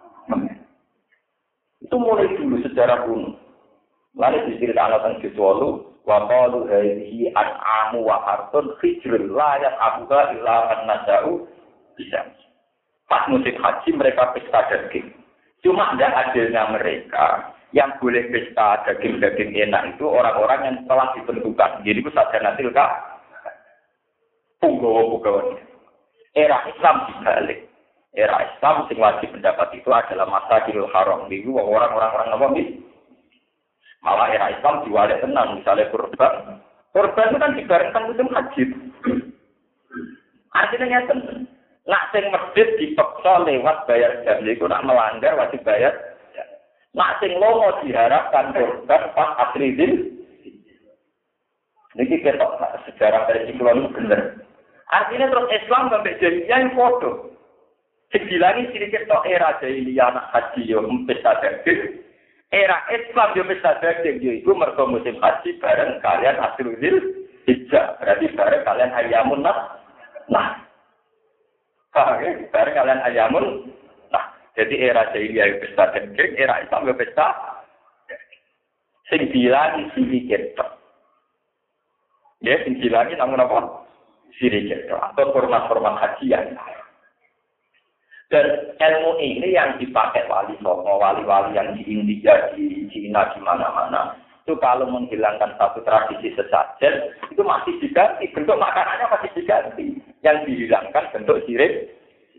Itu mulai dulu sejarah kuno. Lalu diceritakan tentang Jiswalu, wa qalu hadhihi an'amu wa hartun hijrul la ya'buha illa an-nasa'u bisa. Pas musim haji mereka pesta daging. Cuma tidak adilnya mereka yang boleh pesta daging-daging enak itu orang-orang yang telah ditentukan. Jadi itu saja nasil kah? Punggawa-punggawanya. Era Islam dibalik. Era Islam yang wajib pendapat itu adalah Masjidil Haram. Itu orang-orang apa nih? Malah era Islam diwalik tenang, misalnya kurban. Kurban itu kan dibarengkan musim haji. Artinya nyata. Nak sing masjid dipaksa lewat bayar jam, itu nak melanggar wajib bayar. Nak sing lomo diharapkan kurban pas asridil. Ini kita sejarah dari Sikulon benar. Artinya terus Islam sampai jadi yang foto. Sebilangi sedikit tok era jahiliyah anak haji yo pesta daging. Era Islam yo pesta daging yo iku mergo musim haji bareng kalian asrul hijjah. Berarti bareng kalian ayamun nah. Bareng kalian ayamun nah. Jadi era jahiliyah yo pesta daging, era Islam yo pesta sing bilangi sedikit tok. Ya, sing bilangi namun apa? Sedikit tok atau format-format hajian. Dan ilmu ini yang dipakai wali songo, wali-wali yang di India, di Cina, di mana-mana. Itu kalau menghilangkan satu tradisi sesajen, itu masih diganti. Bentuk makanannya masih diganti. Yang dihilangkan bentuk sirik.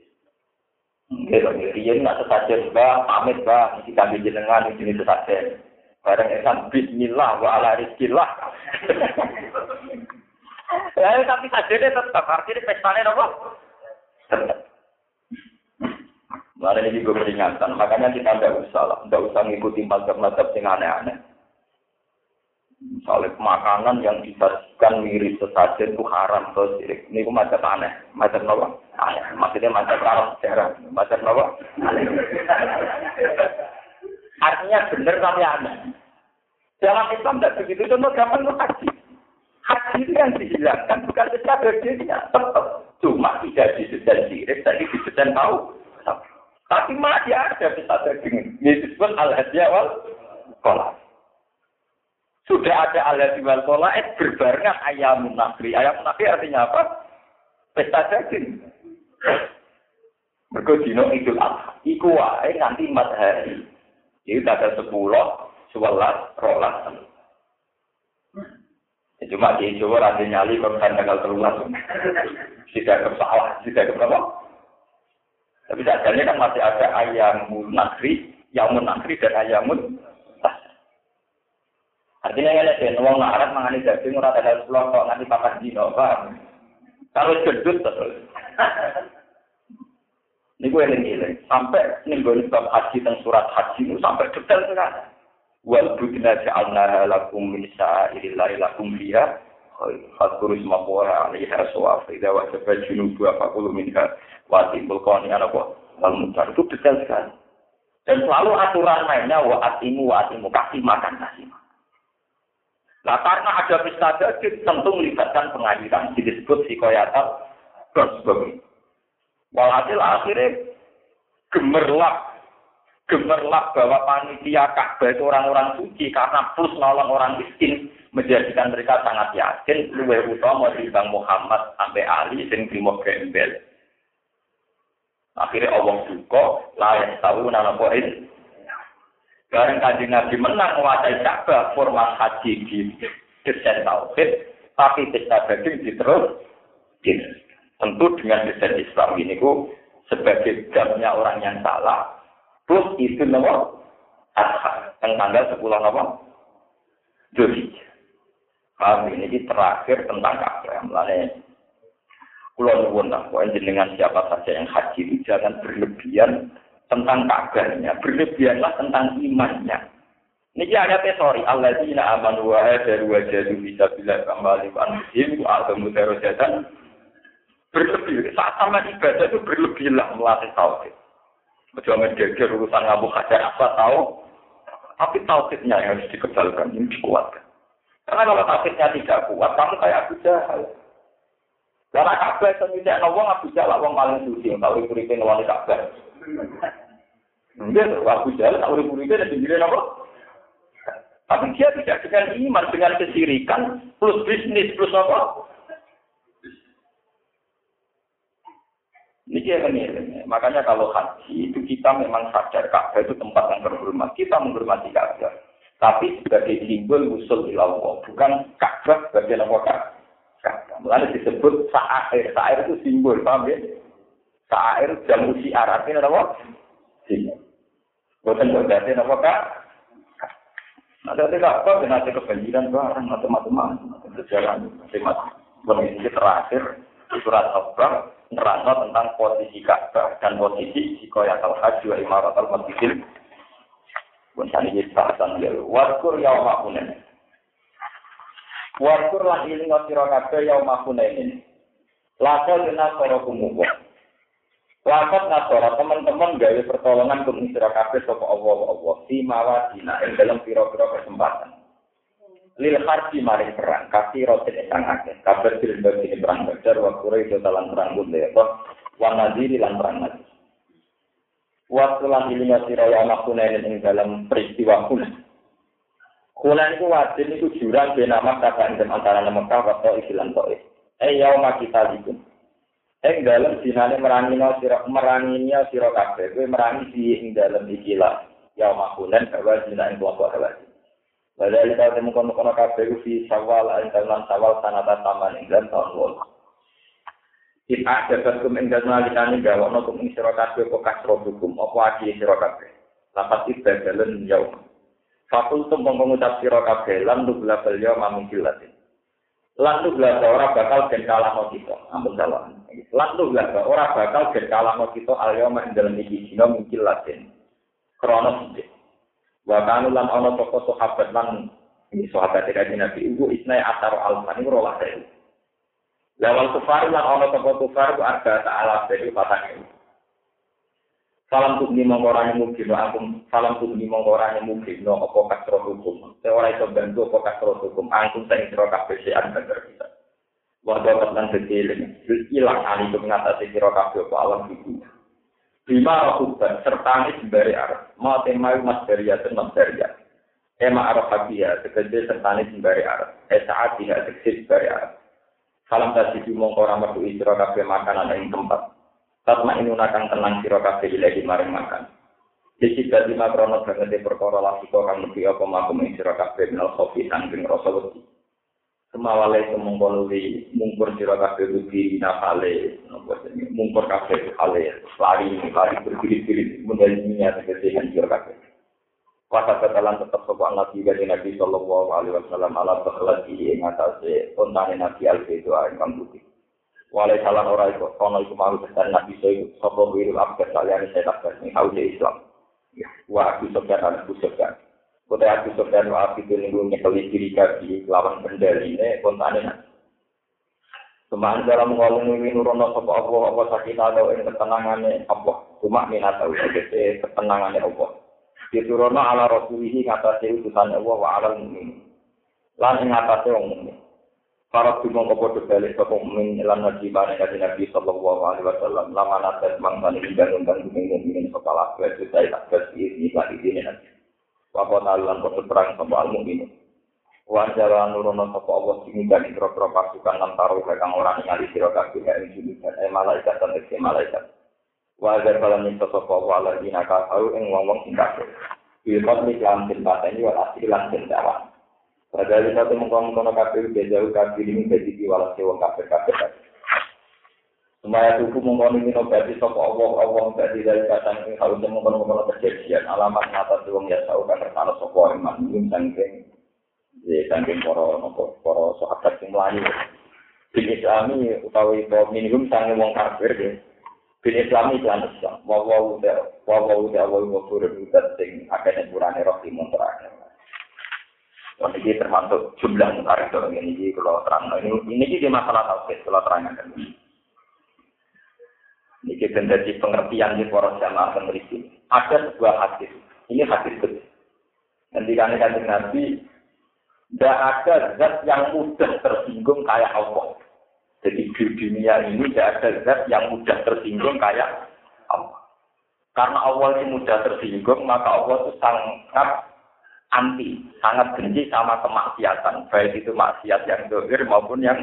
Ini nggak sesajen, mbak, pamit, mbak. Ini kami jenengan, ini sesajen. Barang esan, bismillah, wa ala rizkillah. Tapi sajennya tetap, artinya pestanya apa? Tetap. Lalu ini juga peringatan, makanya kita tidak usah ngikuti mazhab-mazhab yang aneh-aneh. Misalnya makanan yang disajikan mirip sesajen itu haram, terus ini itu mazhab aneh, mazhab apa? Aneh, maksudnya mazhab Arab sejarah, mazhab apa? Aneh. Artinya benar tapi aneh. Dalam Islam tidak begitu, cuma gampang itu haji. Haji itu yang dihilangkan bukan secara dirinya, tetap. Cuma tidak disedan sirik, tapi disedan tahu. Tapi masih ada pesta daging. Ini disebut al-hadiah wal kola. Sudah ada al-hadiah wal kola, berbarengan ayamun nafri. Ayamun nafri artinya apa? Pesta daging. Berkodino idul adha. Iku wae nanti 4 hari. Jadi tanggal 10, 11, 12. Cuma di Jawa ada nyali kalau tanggal 13. Tidak kesalah, tidak keberapa. Tapi seadanya kan masih ada ayamun nakri, yamun nakri dan ayamun tasri. Artinya ya ada wong larat mangani daging ora ada pulau kok nanti papan dino, paham? Kalau gendut terus. Niku eling-eling sampai ning gone bab haji teng surat haji itu sampai detail sekali. Wal budna ja'alna lakum min sa'irillah lakum fiha Fakurus makuwa alaiha su'af idha wajabah junubu afakulu minha watibul qawani anakwa al-mutar. Itu detail sekali. Dan selalu aturan mainnya wa'atimu kasih makan. Nah karena ada pesta daging tentu melibatkan pengadilan disebut psikoyatal dan sebagainya. Walhasil akhirnya gemerlap bahwa panitia Ka'bah itu orang-orang suci karena plus nolong orang miskin menjadikan mereka sangat yakin luwih utama dibanding Muhammad sampai Ali sing trimo gembel. Akhirnya Allah duka layak tahu nama poin. Bareng Kanjeng Nabi menang menguasai Ka'bah format haji di desain tauhid tapi pesta daging diterus. Tentu dengan desain Islam ini sebagai gamnya orang yang salah. Plus itu nomor Adha yang tanggal 10 nomor Dzulhijjah. Kami ini terakhir tentang Ka'bah. Mulanya kula nuwun lah, dengan siapa saja yang haji itu jangan berlebihan tentang Ka'bahnya, berlebihanlah tentang imannya. Niki ayatnya sorry, alladzina amanu wa hajaru wa jahadu fi sabilillah amwalihim wa anfusihim wa a'zamu darajatan. Berlebih, saat sama ibadah itu berlebihlah melatih tauhid. Jangan geger urusan ngabu hajar apa tahu, tapi tauhidnya yang harus dikebalkan, ini dikuatkan. Karena kalau tauhidnya tidak kuat, kamu kayak Abu Jahal. Karena Ka'bah sing wong Abu Jahal wong paling suci, tau uripe ngawali Ka'bah. Enggak, Abu Jahal tak uripe nek diri apa? Tapi dia tidak dengan iman, dengan kesirikan plus bisnis plus apa? Ini yang makanya kalau haji itu kita memang sadar Ka'bah itu tempat yang terhormat. Kita menghormati Ka'bah. Tapi sebagai simbol usul ilallah. Bukan Ka'bah sebagai apa Ka'bah. Mulanya disebut sa'air. Sa'air itu simbol, paham ya? Sa'air jamu syiar. Artinya apa? Simbol. Bukan berarti apa Ka'bah. Nah, dari Ka'bah dan ada kebanjiran barang macam-macam. Berjalan macam-macam. Ini terakhir surat Al-Baqarah. Nerangno tentang posisi Ka'bah dan posisi Sikoyatul Haji wa Imaratul Masjidil. Pun tadi bahasan dia. Warkur yauma Hunain. Warkur lan iling sira kabeh yauma Hunain. Lakon nasara kumuwa. Lakon nasara teman-teman gawe pertolongan kum sira kabeh sapa Allah fi mawadina ing dalam pira-pira kesempatan. Lil harbi maring perang kasih rotin ingkang akeh kabar bil bagi perang Badar wa Quraisy dalam perang Badar wa Nadir lan perang Nadir wa lan ilmu sira ya makunen ing dalam peristiwa Hunain. Hunain iku wajib iku jurang ben nama kata ing antara Mekah wa Taif lan Taif yaum kita dikun ing dalam dinane meranginya sira kabeh kowe merangi di ing dalam ikilah yaum Hunain bahwa dina ing kelompok Hawazi. Padahal kita temukan kabeh fi Syawal lan Syawal sanata taman ing tahun wol. Kita ada kum ing dalem alikane gawono kum ing sira kabeh kok kasro hukum apa aki sira kabeh. Lapat ibadalan yaum. Fakultum mengucap sira kabeh lan nubla bel yaum mungkilatin. Lan nubla ora bakal den kalahno kita. Ampun salah. Lan nubla ora bakal den kalahno kita al yaum ing dalem iki dina mungkilatin. Kronos Wakanu lan ana toko sahabat lan ini sahabat kanjeng Nabi ibu isnai asar alfan iku rolas e. Lawal kufar lan ana toko kufar ku arba ta'ala dari patane. Salam tugni mongkorane mungkin aku salam tugni mongkorane mungkin no apa kasro hukum. Ora iso bantu apa kasro hukum angkum sing sira kabeh sing bener kita. Wa dapat lan dhewe ilang ali ku ngatasi sira kabeh apa alam iki. Lima rakuban serta sembari Arab. Mau temai mas beria teman beria. Ema Arab habia segede serta sembari Arab. Saat tidak seksis sembari Arab. Salam tadi mongkora metu sira kabeh makanan ing tempat. Tatma inunakan tenang sira kabeh ilahi maring makan. Disi dadi makrono banget perkara lasiko kang lebih apa makum ing sira kabeh minal khofi sanging rasa wedi. Semawale semongkoli mungkur sira kabeh rugi nafale napa jenenge mungkur kabeh hale lari bergirit-girit menjalani kesehatan sira kabeh. Kuasa ketalan tetap sapa Nabi Nabi sallallahu alaihi wasallam ala bakhlati ing atase ontane Nabi al-Fidwa ingkang putih. Wale salah ora iku ana iku mau besar Nabi sapa wirul abad saliyane setak ing hauje Islam. Wa aku sokan Kota Abu Sufyan wa Abi Dulinggu nyekeli diri kaki lawan kendalinya kontanen. Semaan dalam ngolong ini nurono sopa Allah sakit ada yang ketenangannya Allah. Cuma minat tahu sebagai ketenangannya Allah. Diturono ala rasulihi ngatasi utusan Allah wa ala mu'min. Lan ngatasi orang mu'min. Para dumong kepodo balik sopa mu'min lan najibane kaji Nabi sallallahu alaihi wasallam. Lama natas mangsan undang-undang mu'min sopa laku. Itu saya tak bersih lagi dini nanti. Wakon alulan kotor perang sama al-mu'min. Wajaran nurono sapa Allah singgan kira-kira pasukan lan taruh kang ora ningali sira kabeh ing jumitan malaikat lan malaikat. Wajar kalan ing sapa wala dina kafir ing wong-wong sing kafir. Bilkot lan den pateni wa asilan den dawa. Padahal itu mengkono kafir jauh kafir ini dadi diwalas wong kafir-kafir. Semaya tubuh mengkono ini berarti sapa Allah berarti dari kata ing harus mengkono kejadian alamat atas wong ya tau kan ana sapa iman ing sangking sangking para sahabat sing mlayu. Bin Islami utawi minimum sange wong kafir ya. Bin Islami lan Islam. Wa sing akeh purane roh timun terakhir. Ini termasuk jumlah mutarik ini kalau terang. Ini di masalah tauhid kalau terangkan. Ini menjadi pengertian di para jamaah peneliti. Ada sebuah hadis. Ini hadis betul. Nanti kanjeng Nabi, tidak ada zat yang mudah tersinggung kayak Allah. Jadi di dunia ini tidak ada zat yang mudah tersinggung kayak Allah. Karena Allah itu mudah tersinggung, maka Allah itu sangat anti, sangat benci sama kemaksiatan. Baik itu maksiat yang zahir maupun yang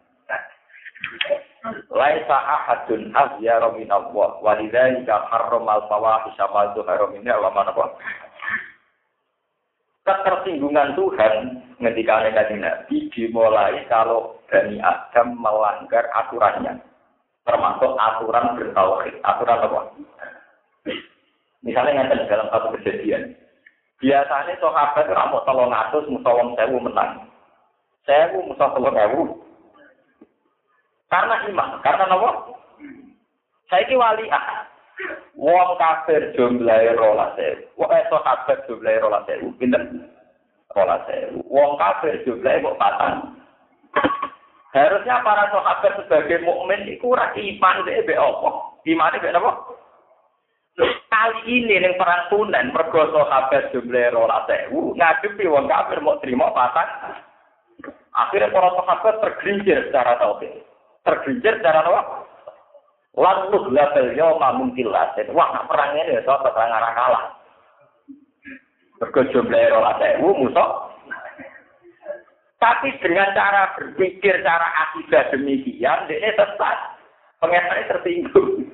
laisa ahadun aghyara min Allah wa lidzalika harramal fawahisha ma dzahara minha wa ma nafa. Ketersinggungan Tuhan ketika Nabi dimulai kalau Bani Adam melanggar aturannya, termasuk aturan bertauhid, aturan apa? Misalnya yang dalam satu kejadian, biasanya sahabat ramu 300 musuh wong 1000 menang, 1000 musuh 3000, karena iman, karena apa? Saiki waliah. Wong kafir jumlahe 12.000. Sahabat jumlahe 12.000. Pinten? 12.000. Wong kafir jumlahe kok 4. Harusnya para sahabat sebagai mukmin iku ora iman dhek apa? Imane dhek apa? Kali ini ning perang Hunain mergo sahabat jumlahe 12.000 ngadepi wong kafir mau terima 4. Akhirnya para sahabat tergelincir secara tauhid. Tergelincir secara apa? Lalu label yo mungkin lah. Wah, nak perang ini ya perang arah kalah. Berkejumlah orang sewu musuh. Tapi dengan cara berpikir, cara akidah demikian, ini sesat. Pengesannya tersinggung.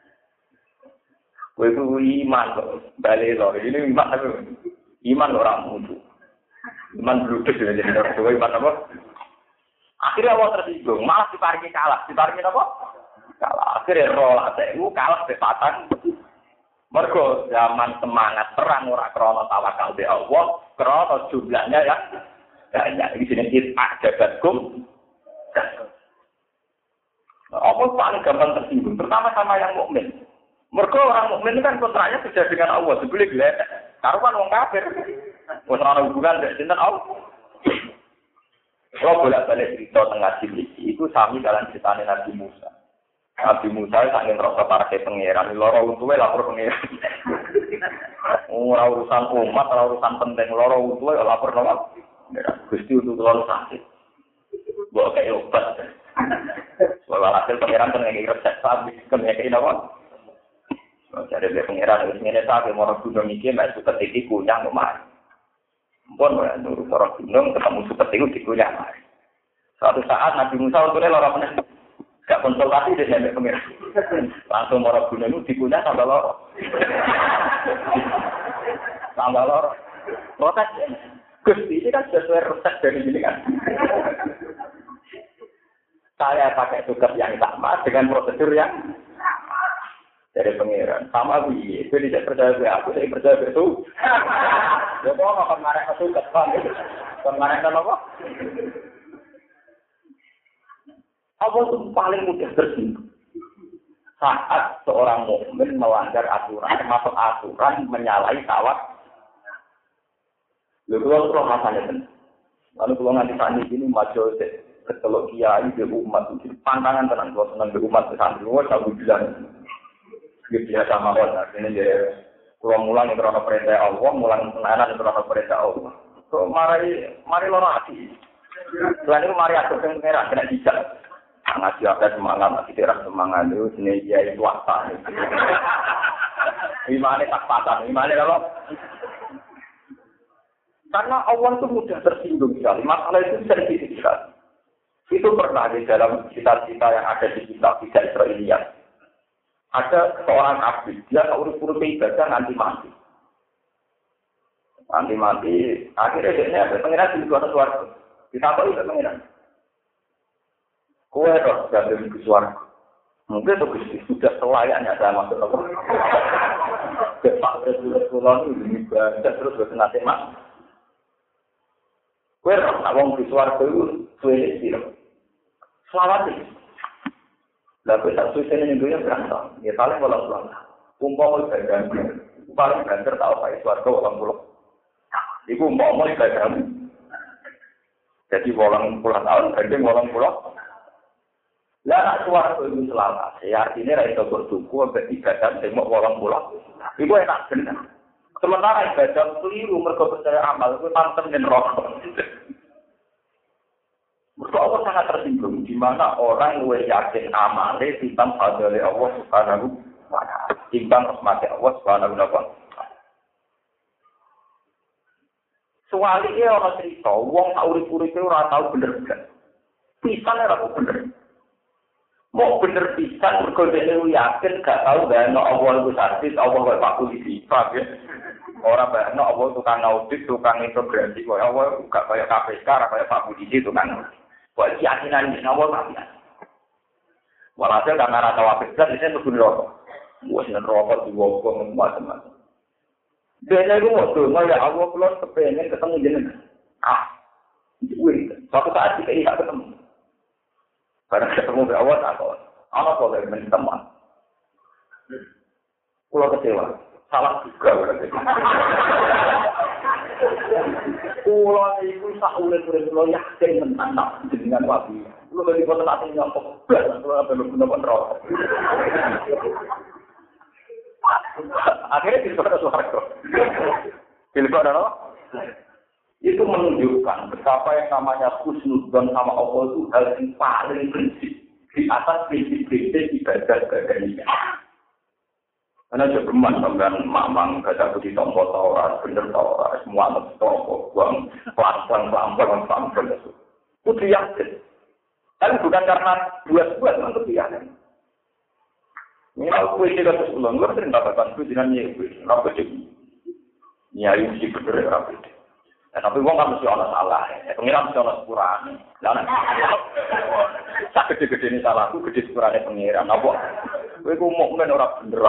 Itu iman kok. Balik loh. Ini iman orang musuh. Iman berudus. Jadi iman apa? Akhirnya Allah tersinggung. Malah diparingi kalah. Diparingi apa? Kalah akhirnya rola sewu kalah bepatan. Mergo zaman semangat perang ora krana tawakal be Allah, krana jumlahnya ya banyak. Di sini kita jabatkum. Apa paling gampang tersinggung? Pertama sama yang mukmin. Mergo orang mukmin kan kontraknya sudah dengan Allah, sebeli glek. Karuan wong kafir. Wong ora hubungan dengan sinten Allah. Kalau bolak-balik cerita tengah sini itu sami dalam ceritanya Nabi Musa. Nabi Musa saking rasa parake pangeran, loro untuwe lapor pangeran. Ora urusan umat, ora urusan penting, loro untuwe lapor napa? Gusti untuk loro sakit. Mbok kaya obat. Walhasil pangeran kan ngeki resep sapi, kan ngeki napa? Jadi dia pangeran wis ngene ta ke moro gunung iki mek suket iki kunyang omah. Pun nurut orang gunung ketemu suket iku dikunyang. Suatu saat Nabi Musa untune lara meneh. Gak konsultasi dia sampai pengiran. Langsung orang guna itu dikunyah tambah loro. Tambah loro. Protes. Gusti ini kan sesuai resep dari sini kan. Saya pakai suket yang sama dengan prosedur yang dari pengiran. Sama begini. Itu tidak percaya aku, saya percaya itu. Ya kok nggak kemarin ke suket kan? Kemarin kan apa? Allah itu paling mudah tersinggung saat seorang mukmin melanggar aturan, termasuk aturan menyalahi tawak. Lalu kalau rasanya benar. Lalu kalau nanti tadi ini maju ketelok kiai di umat itu pantangan tenang. Kalau senang di umat santri, aku bilang biasa sama Allah. Ini dia kalau mulang itu orang perintah Allah, mulang tenanan itu orang perintah Allah. So mari lorong hati. Selain itu mari atur yang merah kena dijak. Ngaji apa semangat, ngaji terang semangat itu sini dia itu apa? Gimana tak patah? Gimana kalau? Karena Allah itu mudah tersinggung sekali. Masalah itu sensitif sekali. Itu pernah di dalam cita-cita yang ada di kitab Israiliyat. Ada seorang abdi, dia urus-urus ibadah nanti mati. Nanti mati, akhirnya dia ada pengiran di luar suara. Ditambah itu pengiran. Kue roh gandeng ke suara. Mungkin itu sudah selayaknya saya masuk apa. Kepak Rasulullah itu ibadah terus bersenang senang. Kue roh nak wong ke suara itu suwe sih. Selawat sih. Lalu tak suwe ini juga berantem. Ya paling walau umpama ibadah. Paling banter tahu apa suara walau pulau. Ibu umpama ibadah. Jadi walau pulau tahun, gandeng walau pulau. Lah nak suara itu selamat. Ya artinya ra iso bertuku sampai ibadah semok 80. Iku enak bener. Sementara ibadah keliru mergo percaya amal kuwi pancen yen roh. Mergo Allah sangat tersinggung di mana orang luwih yakin amale timbang fadhole Allah Subhanahu wa taala. Timbang rahmat Allah Subhanahu wa taala. Soalnya orang cerita, wong sak urip-uripe ora tau bener-bener. Pisan ora bener. Mau bener pisan mergo dhewe yakin gak tau bayangno Allah iku sadis, Allah kok Pak Polisi, paham ya? Ora bayangno Allah tukang audit, tukang integrasi kok Allah gak kaya KPK, ora kaya Pak Polisi tukang. Kok keyakinan nek Allah mati. Walhasil karena rata wabih dan ini untuk rokok. Wah, ini rokok diwokong macam-macam. Dia itu waktu, ya Allah keluar kepengen ketemu jenengan. Suatu saat kita tidak ketemu. Karena ketemu di awal apa? Anak kok dari teman. Pulau kecewa, salah juga berarti. Pulau itu tak boleh berjuang yakin tentang dengan wabi. Pulau dari kota nanti nyokok belas, pulau belum benar rokok. Akhirnya tidak ada suara. Tidak ada apa? Itu menunjukkan betapa yang namanya husnudzon sama Allah itu hal yang paling prinsip di atas prinsip-prinsip ibadah ini. Karena jegeman sampean mamang gada budi tompo taurat bener taurat semua tompo buang pelan-pelan itu. Kudu yakin. Kan bukan karena buat-buat untuk yakin. Ini aku isi kata ulang, gue sering dapatkan itu dengan apa sih? Nyari mesti bener apa itu. Tapi wong kan mesti ana salah. Pengiran mesti ana sepurane. Lah nek sak gede-gede ini salahku gede sepurane pengiran. Apa? Kowe ku mukmin ora bener.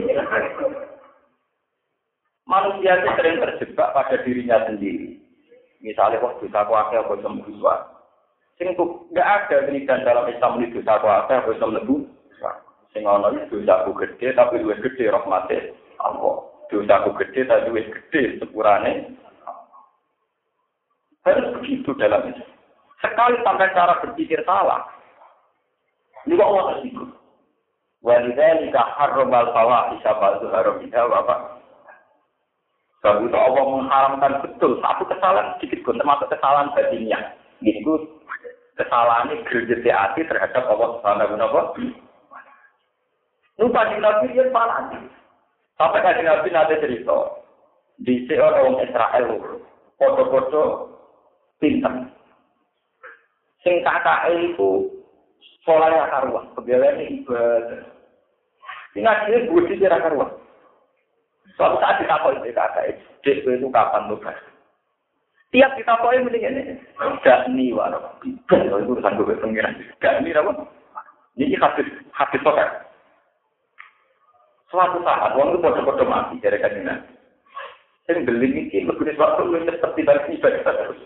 Manusia itu sering terjebak pada dirinya sendiri. Misalnya kok dosaku akeh apa iso mlebu swarga. Sing enggak ada penelitian dalam Islam ini dosaku akeh apa iso mlebu swarga. Sing ana itu dosaku gede tapi luwih gede rahmate Allah. Dosaku gede tapi luwih gede sepurane. Harus begitu dalamnya. Sekali sampai cara berpikir salah, ini kok Allah tersinggung. Walidzalika harramal fawahisha ba'du haramida wa ba. Sebab itu Allah mengharamkan betul satu kesalahan sedikit pun termasuk kesalahan batinnya. Itu kesalahan ini gerjeti hati terhadap Allah Subhanahu wa taala. Lupa di Nabi dia salah. Sampai kajian Nabi nanti cerita di seorang Israel foto-foto pinter. Sing kakake iku saleh karuan, pegawene ibadah. Sing asline budi ora karuan. Suatu saat ditakoki kakake, "Dek, kowe itu kapan tobat?" Tiap ditakoki muni ngene, "Dakni wa rabbi." Itu urusan gue pengiran. Dakni apa? Ini hadis tobat. Suatu saat wong itu padha-padha mati dari kajian. Sing beling iki lebih waktu lu seperti bagi ibadah terus.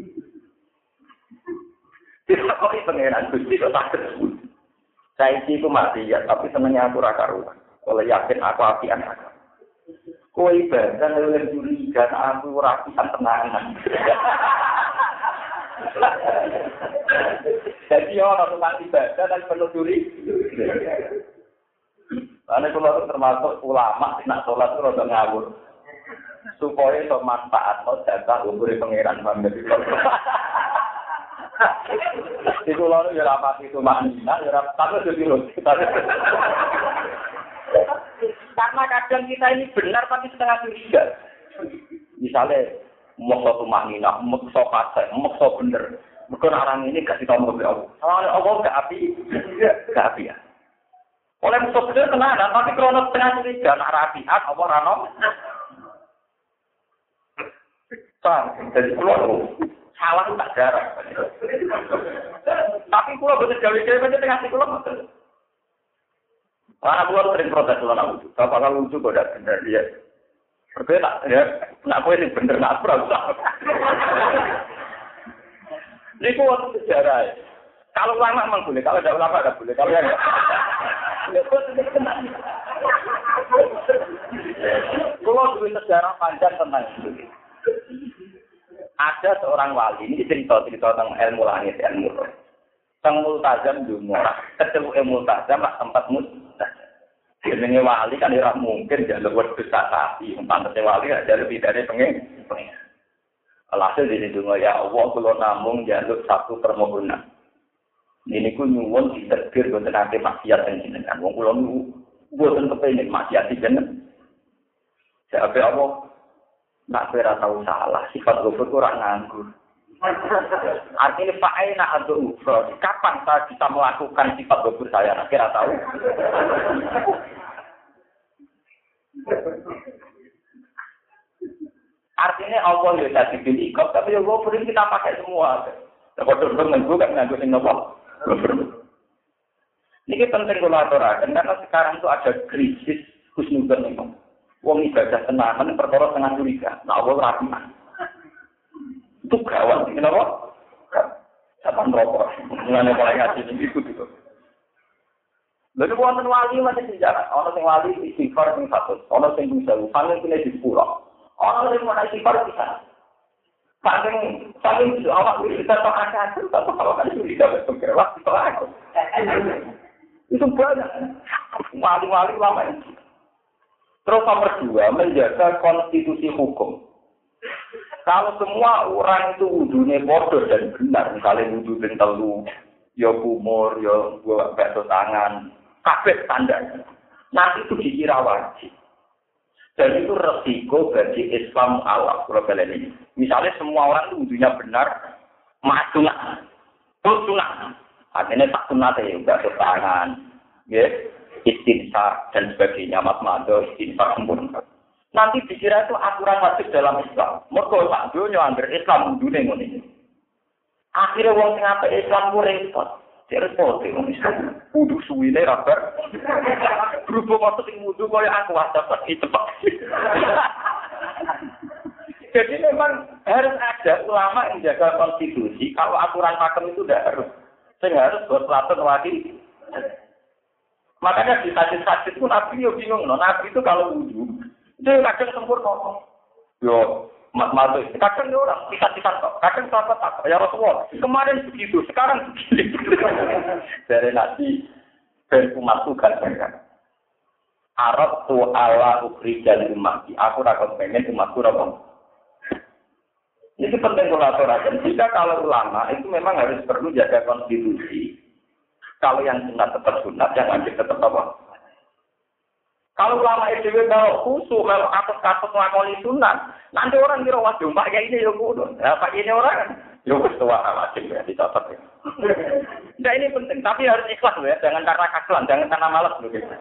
Tidak kok pengeran Gusti kok takut. Saya itu mati ya, tapi senengnya aku ra karuan. Kalau yakin aku apian aku. Kowe ibadah lewat curiga aku ora pisan tenangan. Jadi orang mati ibadah dan perlu curi. Karena kalau termasuk ulama nak sholat itu rada ngawur. Supaya iso manfaat no jatah umur pangeran banget. Itu lalu ya rapat itu maknanya, ya rapat itu dulu. Karena kadang kita ini benar tapi setengah curiga. Misalnya maksa maknanya, maksa pasal, maksa bener. Mungkin orang ini gak ditomong oleh Allah. Soalnya Allah gak api ya. Oleh maksa bener tenanan, tapi kalau setengah curiga, nak rapian, apa rano? Jadi keluar salah tak jarang. Tapi pulau betul jauh-jauh aja tengah si pulau betul. Karena pulau sering protes pulau nak lucu. Kalau kalau lucu kok tidak benar dia. Berbeda ya. Nak kue ini benar nak pernah. Ini pulau sejarah. Kalau ulama memang boleh, kalau tidak ulama tidak boleh. Kalau yang pulau dulu sejarah panjang tentang itu. Ada seorang wali, ini cerita tentang ilmu langit, ilmu roh. Sang multazam dungo, ketemu multazam lah tempat multazam. Jenenge wali kan ora mungkin jalur wedhus sapi, pantes wali aja lebih dari pengen. Alhasil dari dungo ya Allah kula namung njaluk satu permohonan. Ini ku nyuwun diterbir boten ate maksiat ten jenengan. Wong kula niku boten kepengin maksiat jenengan. Sabe Allah nak ora tau salah, sifat gofur ora nganggur. Artinya fa'aina adu kapan saya bisa melakukan sifat gofur saya? Kira tahu. Artinya Allah ya tadi pilih ikut, tapi ya gofur ini kita pakai semua. Terkotor dengan gue kan nganggur sing nopo. Ini penting kalau aturakan karena sekarang itu ada krisis husnudzon memang. Wong ibadah tenanan perkara tengah curiga. Nah, Allah rahman. Itu gawat, kenapa? Sapan rokok. Mulane mulai ngaji ini ikut itu. Lalu wonten wali masih sejarah. Ono sing wali istighfar sing 100, ono sing bisa paling kene di 10. Ono sing mau istighfar bisa. Saking itu awak bisa tok akal, tapi kalau kan itu tidak berpikir waktu itu. Itu banyak. Wali-wali lama itu. Terus nomor 2, menjaga konstitusi hukum. Kalau semua orang itu wudunya bodoh dan benar, misalnya wudu telu, ya kumur, ya buat bakso tangan, kabeh standar. Nanti itu dikira wajib. Dan itu resiko bagi Islam Allah global ini. Misalnya semua orang itu wudunya benar, sunat. Terus sunat. Artinya tak sunat ya, bakso tangan. Ya. Istinsar dan sebagainya, matmado, istinsar sempurna. Nanti dikira itu aturan wajib dalam Islam. Mergo sak donya anggere Islam kudune ngono iki. Akhire wong sing apik Islam ku repot. Repot wong Islam. Kudu suwine ra bar. Berhubung waktu sing wudu koyo aku dapat cepet. Jadi memang harus ada ulama yang jaga konstitusi. Kalau aturan pakem itu tidak harus. Sing harus buat pelatuh wakil. Makanya di hadis-hadis pun Nabi yo bingung, Nabi itu kalau wudu itu kadang sempurna. Yo mat-mat itu kadang orang pisah-pisah kok. Kadang sahabat tak ya Rasulullah. Kemarin begitu, sekarang begini. Dari Nabi dan umatku kan kan. Arab tu ala ukrijal umat. Aku rakon pengen umatku rakon. Ini penting kolaborasi. Jika kalau ulama itu memang harus perlu jaga konstitusi. Kalau yang sunat tetap sunat, yang wajib tetap apa? Kalau ulama itu kalau khusus, kalau kasus ngelakoni sunat, nanti orang kira wajib, Pak ya ini ya kudu. Nah, Pak ini orang, ya ketua wajib ya, dicatat ya. Nah ini penting, tapi harus ikhlas ya, jangan karena kagelan, jangan karena malas.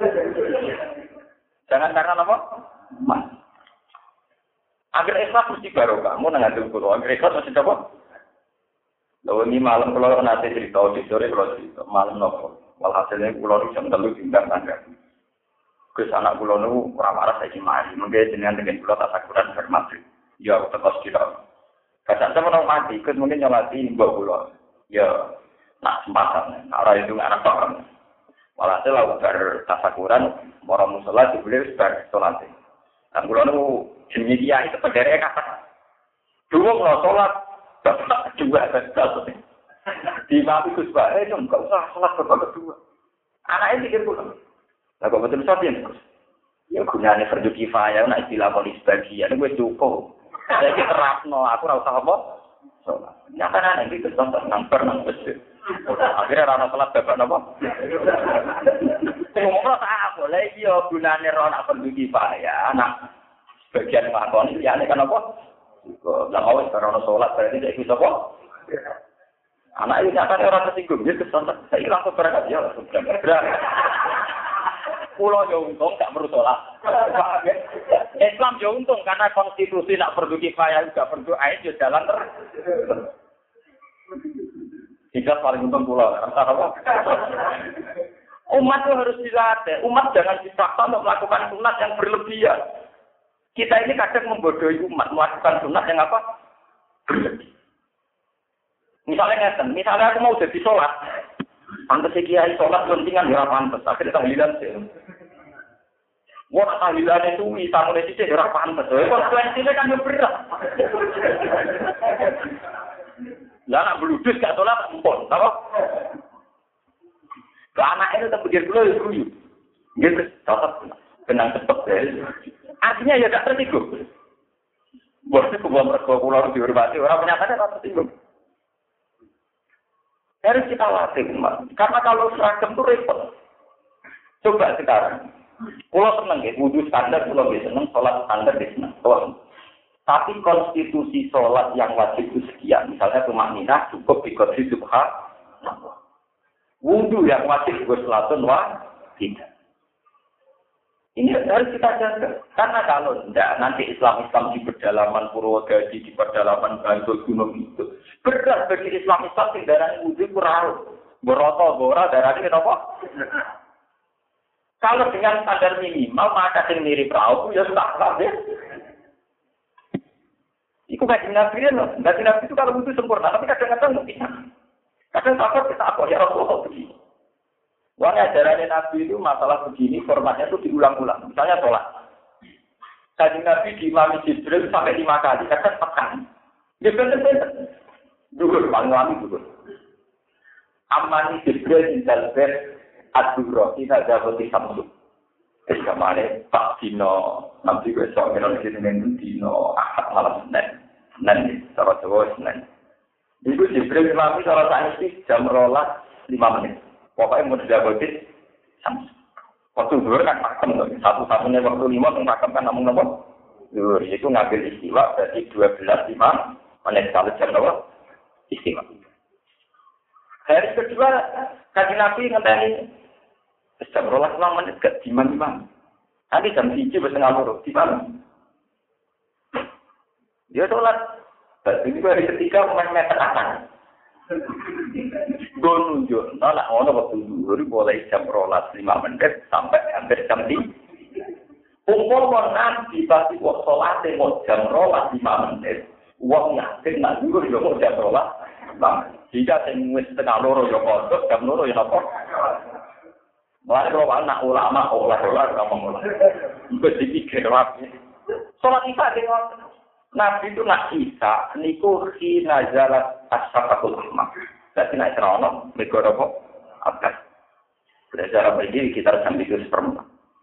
Jangan karena apa? Mas. Agar ikhlas mesti baru kamu nanti kudu, agar ikhlas mesti apa? Lalu ini malam kalau nanti cerita di sore kalau cerita malam nopo, walhasilnya kalau jam 3 tinggal tangga. Ke anak pulau nu orang marah saya mari, mungkin dengan pulau tak sakuran bermati. Ya aku terus tidak. Kadang saya mau mati, ikut mungkin nyolati bawa pulau. Ya nak sempatan, arah itu anak orang. Walhasil lalu bertasakuran, orang musola dibeli bersolati. Dan pulau nu jenis dia itu pendere kata. Dulu mau sholat. Bapak kedua gagal. Di mati Gus Pak, enggak usah salat bapak kedua. Anaknya pikir pulang. Lah kok betul sapian, Gus? Ya gunane fardu kifayah nek istilah polis bagian gue cukup. Saiki terapno, aku ora usah apa. Salat. Nyatane iki Gus sampe namper nang masjid. Akhirnya rana salat bapak napa? Ngomong tak boleh iya gunane ora fardu kifayah. Anak bagian makon liyane kan apa? Lah mau karena sholat berarti tidak bisa kok. Anak itu nyatanya orang tersinggung, dia kesana. Saya langsung berangkat ya, langsung berangkat. Pulau jauh untung tak perlu sholat. Islam jauh untung karena konstitusi tak perlu kifayah juga perlu ayat juga jalan terus. Tiga paling untung pulau. Umat itu harus dilatih. Umat jangan dipaksa untuk melakukan sunat yang berlebihan. Kita ini kadang membodohi umat melakukan sunat yang apa? Misalnya aku mau jadi sholat, pantas kiai sholat pentingan ya pantas, akhirnya tahlilan sih. Wah tahlilan itu tamu nasi sih ya pantas, konsekuensinya kan berat. Lah nak beludus gak sholat empon, tahu? Anak itu tak pikir dulu ya guyu, gitu, cocok, kenang cepet ya. Artinya ya tak tertidur. Bosnya kubur mergo kula dihormati, orang menyatakan apa tersinggung. Harus kita latih, karena kalau seragam itu repot. Coba sekarang, kula seneng ya, wudhu standar kula seneng, sholat standar seneng. Tapi konstitusi sholat yang wajib itu sekian. Misalnya tumakninah cukup dikodri subhanallah. Wudhu yang wajib gue selatun tidak. Ini harus kita jaga. Karena kalau tidak, nanti Islam di pedalaman Purwodadi, di pedalaman Bantul Gunung itu. Berat bagi Islam yang darahnya wudhu kurang. Beroto, bora, darahnya kenapa? Kalau dengan standar minimal, maka yang mirip perahu, ya sudah lah ya. Itu kajian Nabi loh. Kajian Nabi itu kalau wudhu sempurna, tapi kadang-kadang nggak bisa. Kadang sahabat kita apa ya Rasulullah begini. Wahai ajarannya Nabi itu masalah begini, formatnya itu diulang-ulang. Misalnya sholat. Kajian Nabi diimami Jibril sampai 5 kali, kadang 4 kali. Dia benar-benar. Duhur, paling lama duhur. Amani Jibril indalber aduro, kita jawab di Samsung. Ketika mana Pak Dino, nanti besok kita di sini Dino, Ahad malam Senin. Senin, cara Jawa Senin. Itu Jibril imami cara sains jam 5 menit. Pokoknya mau dijagotin Samsung. Waktu dulu kan makan, satu-satunya waktu 5 makan kan namun nomor. Itu ngambil istiwa berarti 12:05 menit kalau jam nomor istiwa. Hari kedua kajian Nabi ngenteni jam 12 menit ke di mana? Nanti jam 1 setengah loro di mana? Dia sholat. Ini hari ketiga main meter akan. Gue nunjuk, nak ngono waktu dulu boleh jam 5 menit sampai hampir jam 5. Umur nanti pasti waktu sholat mau jam 5 menit. Uang yakin nak dulu juga mau jam 5. Jika tengah setengah loro ya kodok, jam loro ya apa? Mulai kalau anak ulama olah-olah ngomong-olah. Itu dipikir rapi. Sholat isya dengan Nabi itu nak isya, niku khi nazarat as-safaqul ahmar. Jadi nak cerono, mereka apa? Akan. Belajar berdiri kita sambil ke seperempat.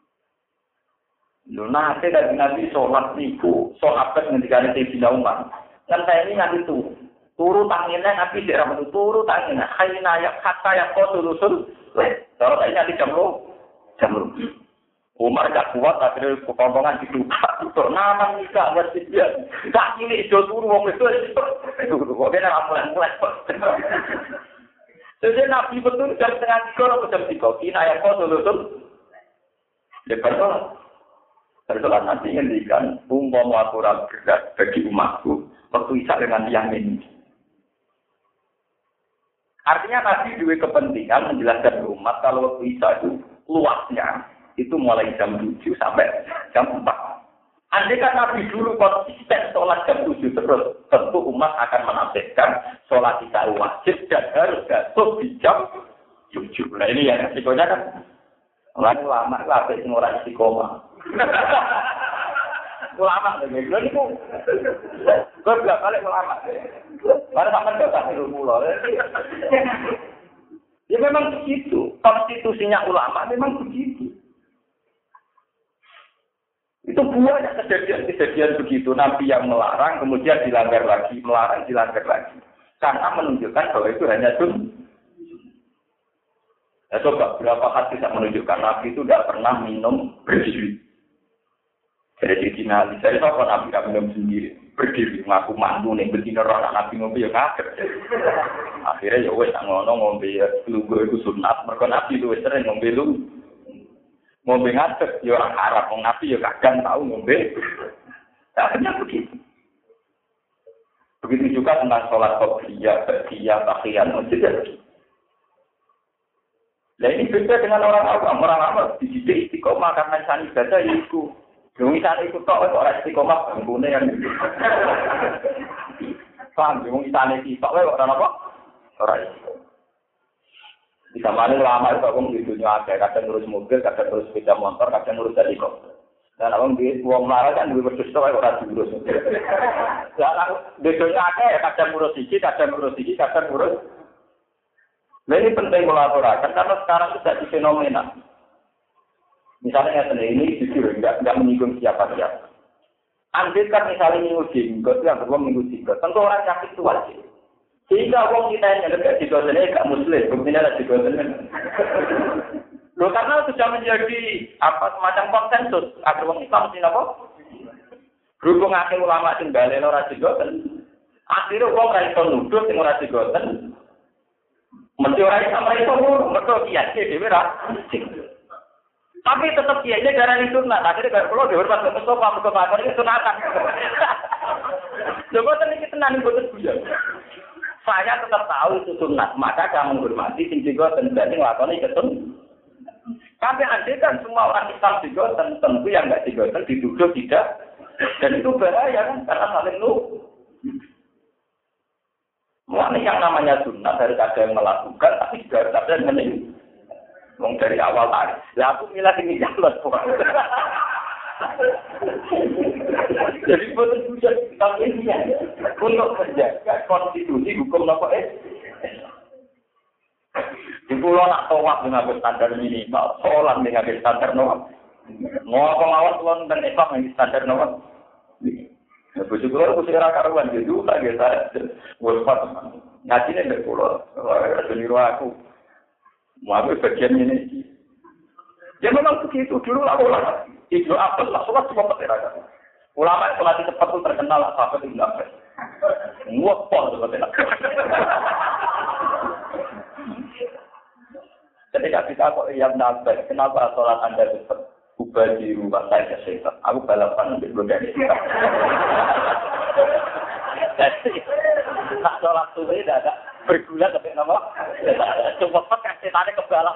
Lu nanti dari Nabi sholat niku, sholat ketika ada Sayyidina Umar. Dan saya ini nanti turu tanginnya Nabi tidak ramai turu tanginnya. Hayna yang kata yang kau tulusul. Kalau saya nanti jam lu. Umar gak kuat, akhirnya kekompongan dibuka. Untuk nama nikah, masih dia. Tak ini itu turu, orang itu. Kok dia ramai-ramai. Jadi Nabi betul jam 2:30 atau jam 3. Kina yang kau tulusul. Dia bersolat. Bersolat nanti ngendikan. Umpama aturan berat bagi umatku. Waktu isya dengan yang ini. Artinya Nabi juga kepentingan menjelaskan umat kalau waktu isya itu luasnya itu mulai jam 7 sampai jam 4. Andai kan Nabi dulu konsisten sholat jam 7 terus, tentu umat akan menafsirkan sholat isya wajib dan harus jatuh di jam 7. Nah ini yang resikonya kan ulama lapis ngurang istiqomah. Ulama lagi, lo itu, gue bilang balik ulama. Mana sama dosa ilmu lo. Ya memang begitu, konstitusinya ulama memang begitu. Itu banyak kejadian-kejadian begitu. Nabi yang melarang, kemudian dilanggar lagi, melarang, dilanggar lagi. Karena menunjukkan bahwa itu hanya sun. Ya coba, berapa hadis yang menunjukkan Nabi itu tidak pernah minum berdiri. Jadi dinali, saya tahu Nabi tidak minum sendiri. Berdiri, ngaku mantu nih, betina orang Nabi ngombe ya kaget. Akhirnya ya wes ngono ngombe ya, lu gue itu sunat. Mereka Nabi lu sering ngombe lu. Ngombe ngadeg, ya orang Arab, orang Nabi ya kadang tahu ngombe. Akhirnya begitu. Begitu juga tentang sholat qobliyah, ba'diyah, tahiyat, masjid. Nah ini beda dengan orang awam. Orang awam dididik istiqomah karena insan ibadah itu. Yang insan itu tak orang istiqomah bangkune yang itu. Paham? Yang insan itu tak orang apa? Orang itu. Di zaman lama itu aku di dunia ada, kadang ngurus mobil, kadang ngurus sepeda motor, kadang ngurus helikopter. Dan aku di uang marah kan dua berdua orang diurus. Dan aku di dunia ada, kadang ngurus iki, kadang ngurus iki, kadang ngurus. Nah ini penting melaporkan karena sekarang sudah di fenomena. Misalnya ini jujur, nggak menyinggung siapa-siapa. Andai kan misalnya minggu jenggot, yang kedua minggu jenggot, tentu orang sakit itu wajib. Sehingga orang kita yang ada di dosennya gak muslim, buktinya ada di dosennya. Loh, karena sudah menjadi semacam konsensus, agar orang Islam sih apa? Berhubung akhir ulama sing baleno ora digoten. Akhire wong ra iso nuduh sing ora digoten. Mesti ora iso mergo kiai dhewe ra. Tapi tetap kiainya darani sunat. Akhirnya kaya kula dihormat ke Mustafa mergo lakon iki sunatan. Lho boten iki tenan boten guyon. Saya tetap tahu itu sunat, maka saya menghormati sing digoten dan sing lakoni ketun. Tapi andai kan semua orang Islam digoten, tentu yang enggak digoten dituduh tidak. Dan itu bahaya kan, karena saling lu. Mulanya yang namanya sunat harus ada yang melakukan, tapi juga harus ada yang menilai. Wong dari awal tadi, lah aku milah ini jalan. Jadi betul juga kita ini untuk menjaga konstitusi hukum apa di pulau nak tawaf dengan standar minimal, sholat dengan standar normal. Mau pengawal pulau dan Islam yang standar normal. Ya, bujuk pulau aku segera karuan gitu, tak kita wolfat ngaji nih dari pulau, niru aku. Mau aku bagian ini. Ya memang begitu dulu lah ulama. Itu apa lah, sholat cuma petirakan. Ulama sholat cepat itu terkenal lah, sahabat itu nggak. Nguapol seperti itu. Ketika kita kok yang nafas, kenapa sholat Anda cepat? Ubah di rumah saya sehat. Aku balapan untuk godaan kita. Jadi, tak sholat subuh tidak ada bergula tapi nama. Cuma pakai setannya kebalap.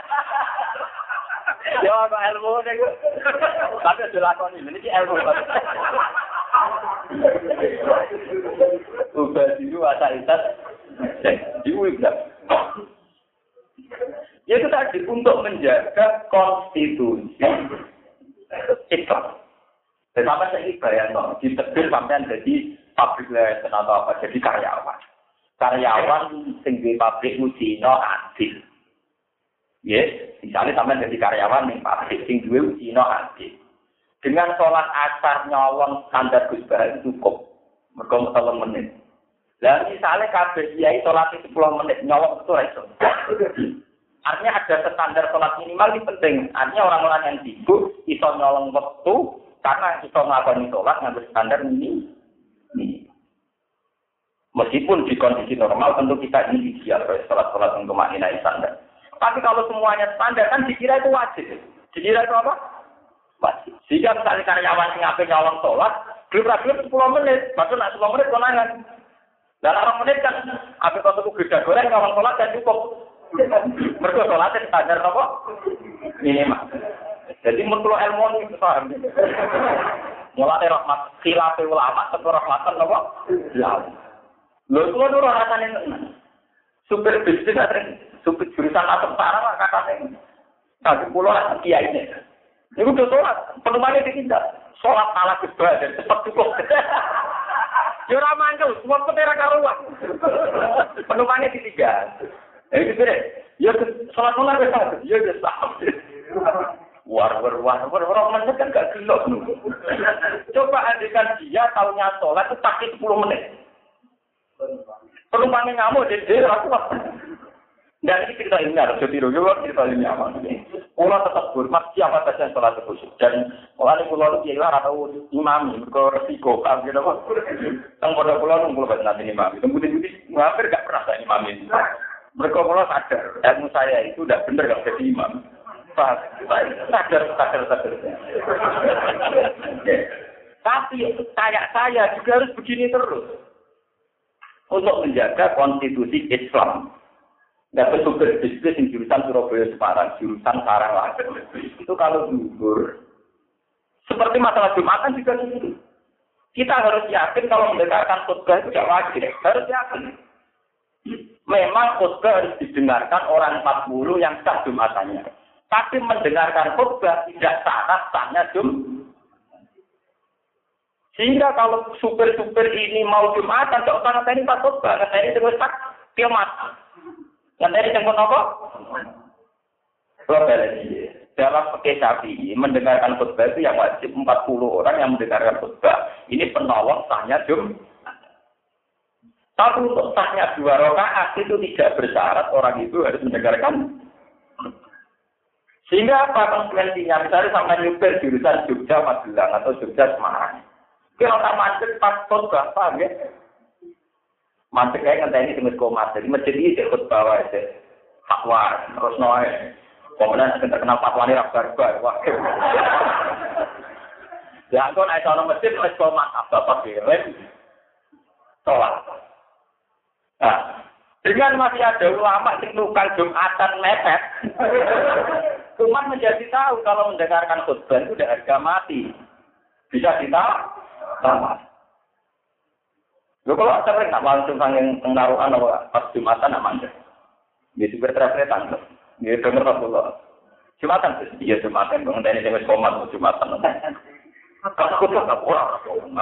Ya apa ilmu nih? Tapi sudah lakon ini ilmu. Ubah di rumah saya diubah. Ya itu tadi untuk menjaga konstitusi Islam. Dan sampai saya ini bayang, ditegur sampai jadi pabrik lesen atau apa, jadi karyawan. Karyawan tinggi pabrik Udino adil. Yes, misalnya sampai jadi karyawan yang pabrik tinggi Udino adil. Dengan sholat asar nyawang standar Gus Bahar itu cukup. Mereka 3 menit. Dan misalnya kabeh kiai sholat 10 menit nyawang itu iso. Artinya ada standar sholat minimal ini penting. Artinya orang-orang yang sibuk iso nyolong waktu karena iso melakukan sholat ngambil standar ini. Meskipun di kondisi normal tentu kita ini ideal sholat-sholat untuk maknai standar. Tapi kalau semuanya standar kan dikira itu wajib. Dikira itu apa? Wajib. Jika misalnya karyawan yang ngapain nyolong sholat, belum 10 menit, baru nak 10 menit konangan. Dan 8 menit kan, apa kau tuh geda goreng nyolong sholat kan cukup. Mereka sholatnya standar apa? Minimal. Jadi menurut ilmu ini paham. Mulai rahmat khilaf ulama atau rahmatan apa? Lalu. Lalu itu orang rasanya supir bisnis supir jurusan atau sarana katanya. Tapi pulau kiai ini. Ini udah sholat, penumpangnya ditindak. Sholat ala Gus-Bahar dan cepat cukup. Ya ora mangkel, semua petera karuan. Penumpangnya ditinggal. Itu deh. Ya sholat mulai besar. Ya besar. War orang menit kan gak gelap. Coba andikan dia tahunya sholat itu pakai 10 menit. Penumpangnya ngamuk dia aku apa? Dan ini kita ingat, jadi rujuk kita ingat. Pulau tetap hormat siapa saja yang sholat khusyuk. Dan orang pulau itu kira atau imam, berresiko kan gitu kok. Tang pada pulau nunggu lepas nanti imam. Kemudian hampir gak pernah saya imam ini. Mereka pulau sadar, ilmu saya itu udah bener gak jadi imam. Sadar. Tapi kayak saya juga harus begini terus untuk menjaga konstitusi Islam. Nggak supir bisnis yang jurusan Surabaya Semarang, jurusan Sarang lagi. Itu kalau gugur, seperti masalah Jumatan juga gitu. Kita harus yakin kalau mendengarkan khutbah itu tidak wajib. Harus yakin. Memang khutbah harus didengarkan orang 40 yang sah Jumatannya. Tapi mendengarkan khutbah tidak sahnya Sehingga kalau supir-supir ini mau Jumatan, tidak usah ngeteni pas khutbah, ngeteni terus tak kiamat. Yang tadi jemput apa? Kalau balik. dalam fikih Syafi'i mendengarkan khutbah itu yang wajib 40 orang yang mendengarkan khutbah. Ini penolong sahnya Jumat. Tapi untuk sahnya 2 rakaat itu tidak bersyarat orang itu harus mendengarkan. Sehingga apa konsekuensinya? Misalnya sampai nyupir jurusan Jogja Magelang atau Jogja Semarang. Kalau tak macet pas khutbah, paham ya? Macet kayak ngenteni di masjid. Masjid ini ikut bawa itu. Fatwa, terus noe. Kemudian terkenal fatwa ini rabar-rabar. Wah. Ya, aku naik sana masjid, terus kau maaf, bapak kirim. Tolak. Nah, dengan masih ada ulama yang tukang Jumatan mepet. Cuma menjadi tahu kalau mendengarkan khutbah itu udah harga mati. Bisa ditawar. Lo kalau sering nak langsung sanging pengaruhan pas Jumatan nak mandek. Dia juga terang-terang. Dia dengar Rasulullah. Jumatan, iya Jumatan. Mengenai ini komat Jumatan. Kalau aku tuh nggak kurang.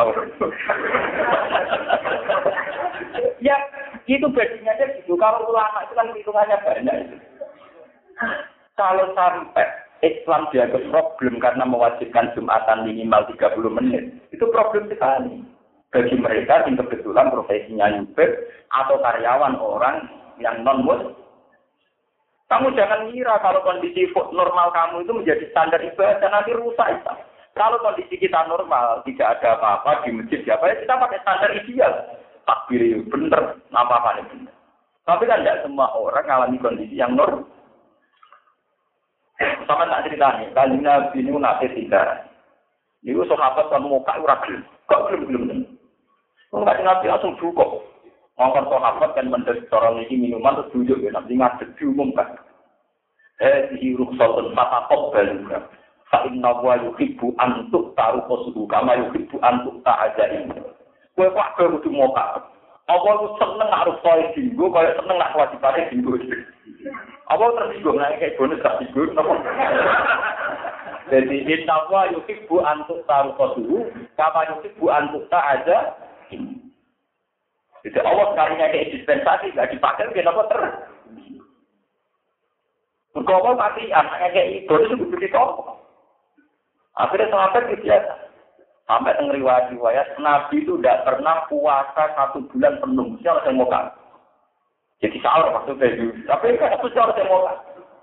Ya, itu badinya aja gitu. Kalau ulama itu kan hitungannya banyak. Kalau sampai Islam dianggap problem karena mewajibkan Jumatan minimal 30 menit, itu problem sekali. Bagi mereka yang kebetulan profesinya nyupir atau karyawan orang yang non-muslim. Kamu jangan ngira kalau kondisi normal kamu itu menjadi standar ibadah, nanti rusak itu. Kalau kondisi kita normal, tidak ada apa-apa di masjid, ya kita pakai standar ideal. Takbir bener, apa-apa bener. Tapi kan tidak semua orang mengalami kondisi yang normal. Sama tak ceritanya, kalau Nabi ini nanti tidak. Itu sahabat kamu mau kak uragil, kok belum. Enggak Nabi langsung cukup. Ngomong sahabat kan mendes orang ini minuman terus duduk ya, nanti ngadeg diumumkan. Di rukhsatun fatakop balura. Fa'inna wa yuhibbu antuk taruh kosuhu kama yuhibbu antuk ta'ajain. Kue pak kudu moka. Apa lu seneng harus soal dinggo, kaya seneng nak wajibane dinggo. Apa tersinggung nang kayak bonus gak dinggo napa? Jadi inna wa yuhibbu antuk taruh kosuhu kama yuhibbu antuk ta'ajain. Jadi Allah sekalinya kayak dispensasi, nggak dipakai, kenapa Berkobol mati, anaknya kayak itu begitu. Akhirnya sahabat biasa. Sampai riwayat Nabi itu tidak pernah puasa 1 bulan penuh. Siapa yang mau kan? Jadi sahur maksudnya itu. Tapi kan itu siapa yang mau kan?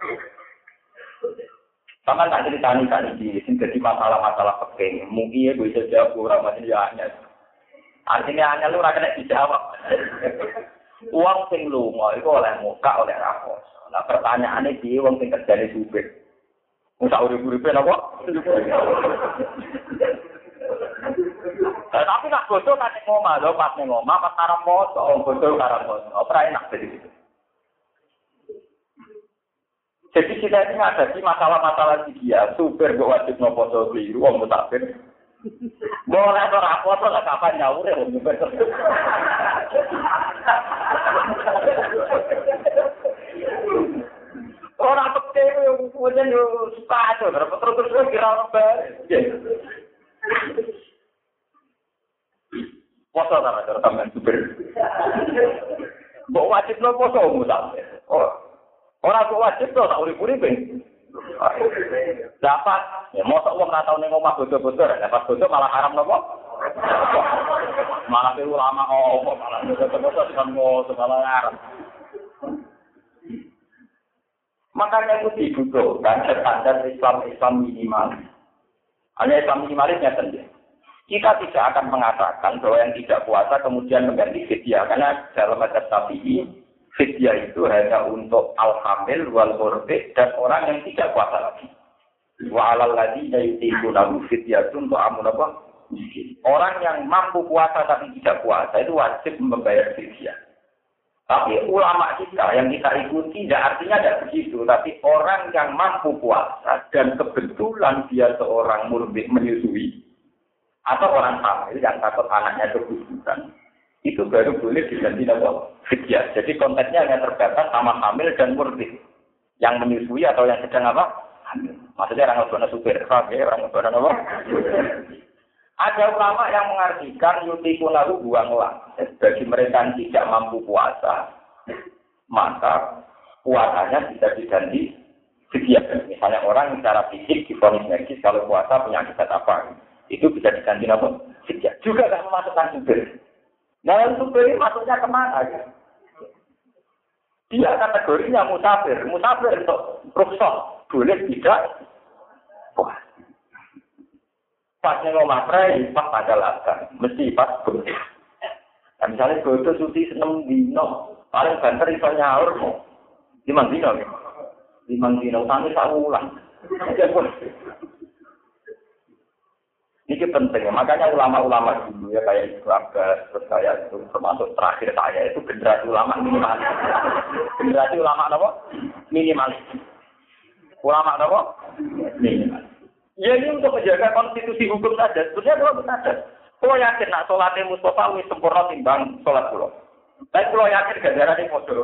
Sama tak ceritani di sini jadi masalah-masalah penting. Mungkin ya bisa jawab orang masih hanya. Artinya hanya lu rakyat dijawab. Uang sing lunga itu oleh muka oleh rakos. Nah pertanyaannya dia uang sing kerjane supir. Musa urip-uripe napa? Tapi nak bodoh kan ngomah lho pas ning omah pas karep moto, bodoh karep moto. Ora enak jadi gitu. Jadi kita ini ada di masalah-masalah dia, supir kok wajib nopo keliru, wong musafir. Boleh ora apa-apa lah kapan nyaur ya wong supir. Ora peke punya sepatu, terus kira apa? Poso ta cara sampean supir. Mbok wajib lho poso musafir. Oh. Ora kok wajib to tak urip-uripe. Dapat, ya mosok wong ora tau ning omah bodo-bodo, dapat bodo malah haram napa? Malah ulama apa malah bodo-bodo kan malah haram. Makanya itu dibutuhkan standar Islam minimal. Hanya Islam minimalnya sendiri. Kita tidak akan mengatakan bahwa yang tidak puasa kemudian mengganti fidyah. Karena dalam mazhab Syafi'i, fidyah itu hanya untuk al-hamil, wal-murdi, dan orang yang tidak puasa lagi. Wa alal ladzina yutiqunahu fidyatun ta'amun apa? Miskin. Orang yang mampu puasa tapi tidak puasa itu wajib membayar fidyah. Tapi ulama kita yang kita ikuti tidak artinya tidak begitu, tapi orang yang mampu puasa dan kebetulan dia seorang murdi menyusui atau orang hamil yang takut anaknya keguguran, itu baru boleh diganti nama fidyah. Jadi konteksnya hanya terbatas sama hamil dan murdi yang menyusui atau yang sedang apa? Hamil. Maksudnya orang ngebona supir, orang ngebona apa? Ada ulama yang mengartikan yutikunahu buanglah. Bagi mereka yang tidak mampu puasa, maka puasanya bisa diganti Sekian. Misalnya orang secara fisik divonis medis kalau puasa punya akibat apa, itu bisa diganti apa? Sekian. Juga nggak memasukkan supir. Nah, supir ini masuknya kemana? Ya? Dia kategorinya musafir. Musafir untuk ruksoh. Boleh tidak? Wah. Pas ngomong pray, pas ada latar. Mesti pas boleh. Nah, misalnya bodoh suci 6 dino. Paling banter iso nyaur. 5 dino. 5 dino. Utangnya tak ulang. Ini penting. Makanya ulama-ulama dulu ya kayak Ibu Abbas, terus saya itu termasuk terakhir saya itu generasi ulama minimalis. Generasi ulama apa? Minimalis. Ulama apa? Minimalis. Ya ini untuk menjaga konstitusi hukum saja. Sebenarnya kalau saja. Kalau yakin nak sholatnya Mustafa wis sempurna timbang sholat pulau. Tapi kalau yakin ganjaran ini modal.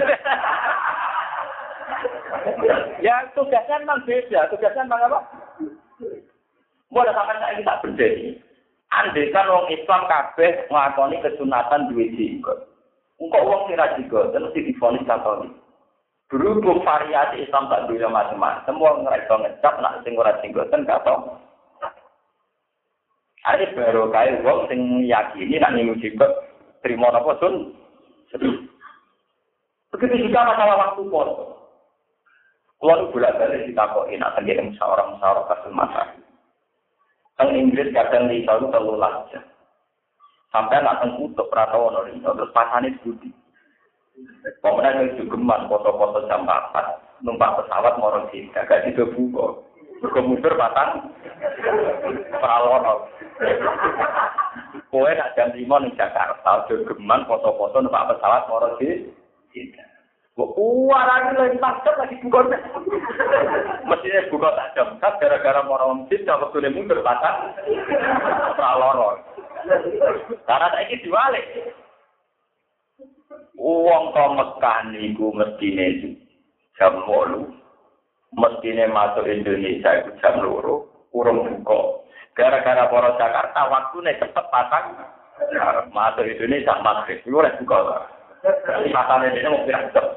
Ya tugasnya memang beda. Tugasnya memang apa? Mulai sampai saya tak berdiri. Andai kan orang Islam kabeh nglakoni kesunatan duwe jenggot. Engko wong sing ra jenggot terus divonis Katolik. Berhubung variasi Islam tak duwe macam-macam, wong ora iso ngecap nak sing ora jenggoten gak tau. Ane baru kae wong sing yakini nak ning jenggot trimo napa sun. Begitu juga masalah waktu puasa. Kalau bolak-balik ditakoki nak tenggene musyawarah kasus masalah. Teng Inggris kadang di itu terlalu aja. Sampai nak tengkutuk pratono terus pasane budi. Pemenang itu geman foto-foto jam 4 numpak pesawat morong sini gak dibuka. Berkemuter batang pralono. Kowe nak jam 5 ning Jakarta geman foto-foto numpak pesawat morong sini. Warang lagi takjub lagi buka. Mestinya buka takjub. Kan gara-gara orang masjid dapat tulen mundur batang praloro. Karena saya ini diwalik. Uang kau Mekah niku mestine jam 8. Mestine masuk Indonesia itu jam 2. Urung buka. Gara-gara para Jakarta waktunya cepet batang. Masuk Indonesia maghrib. Itu udah buka. Matanya ini mau pirang jam.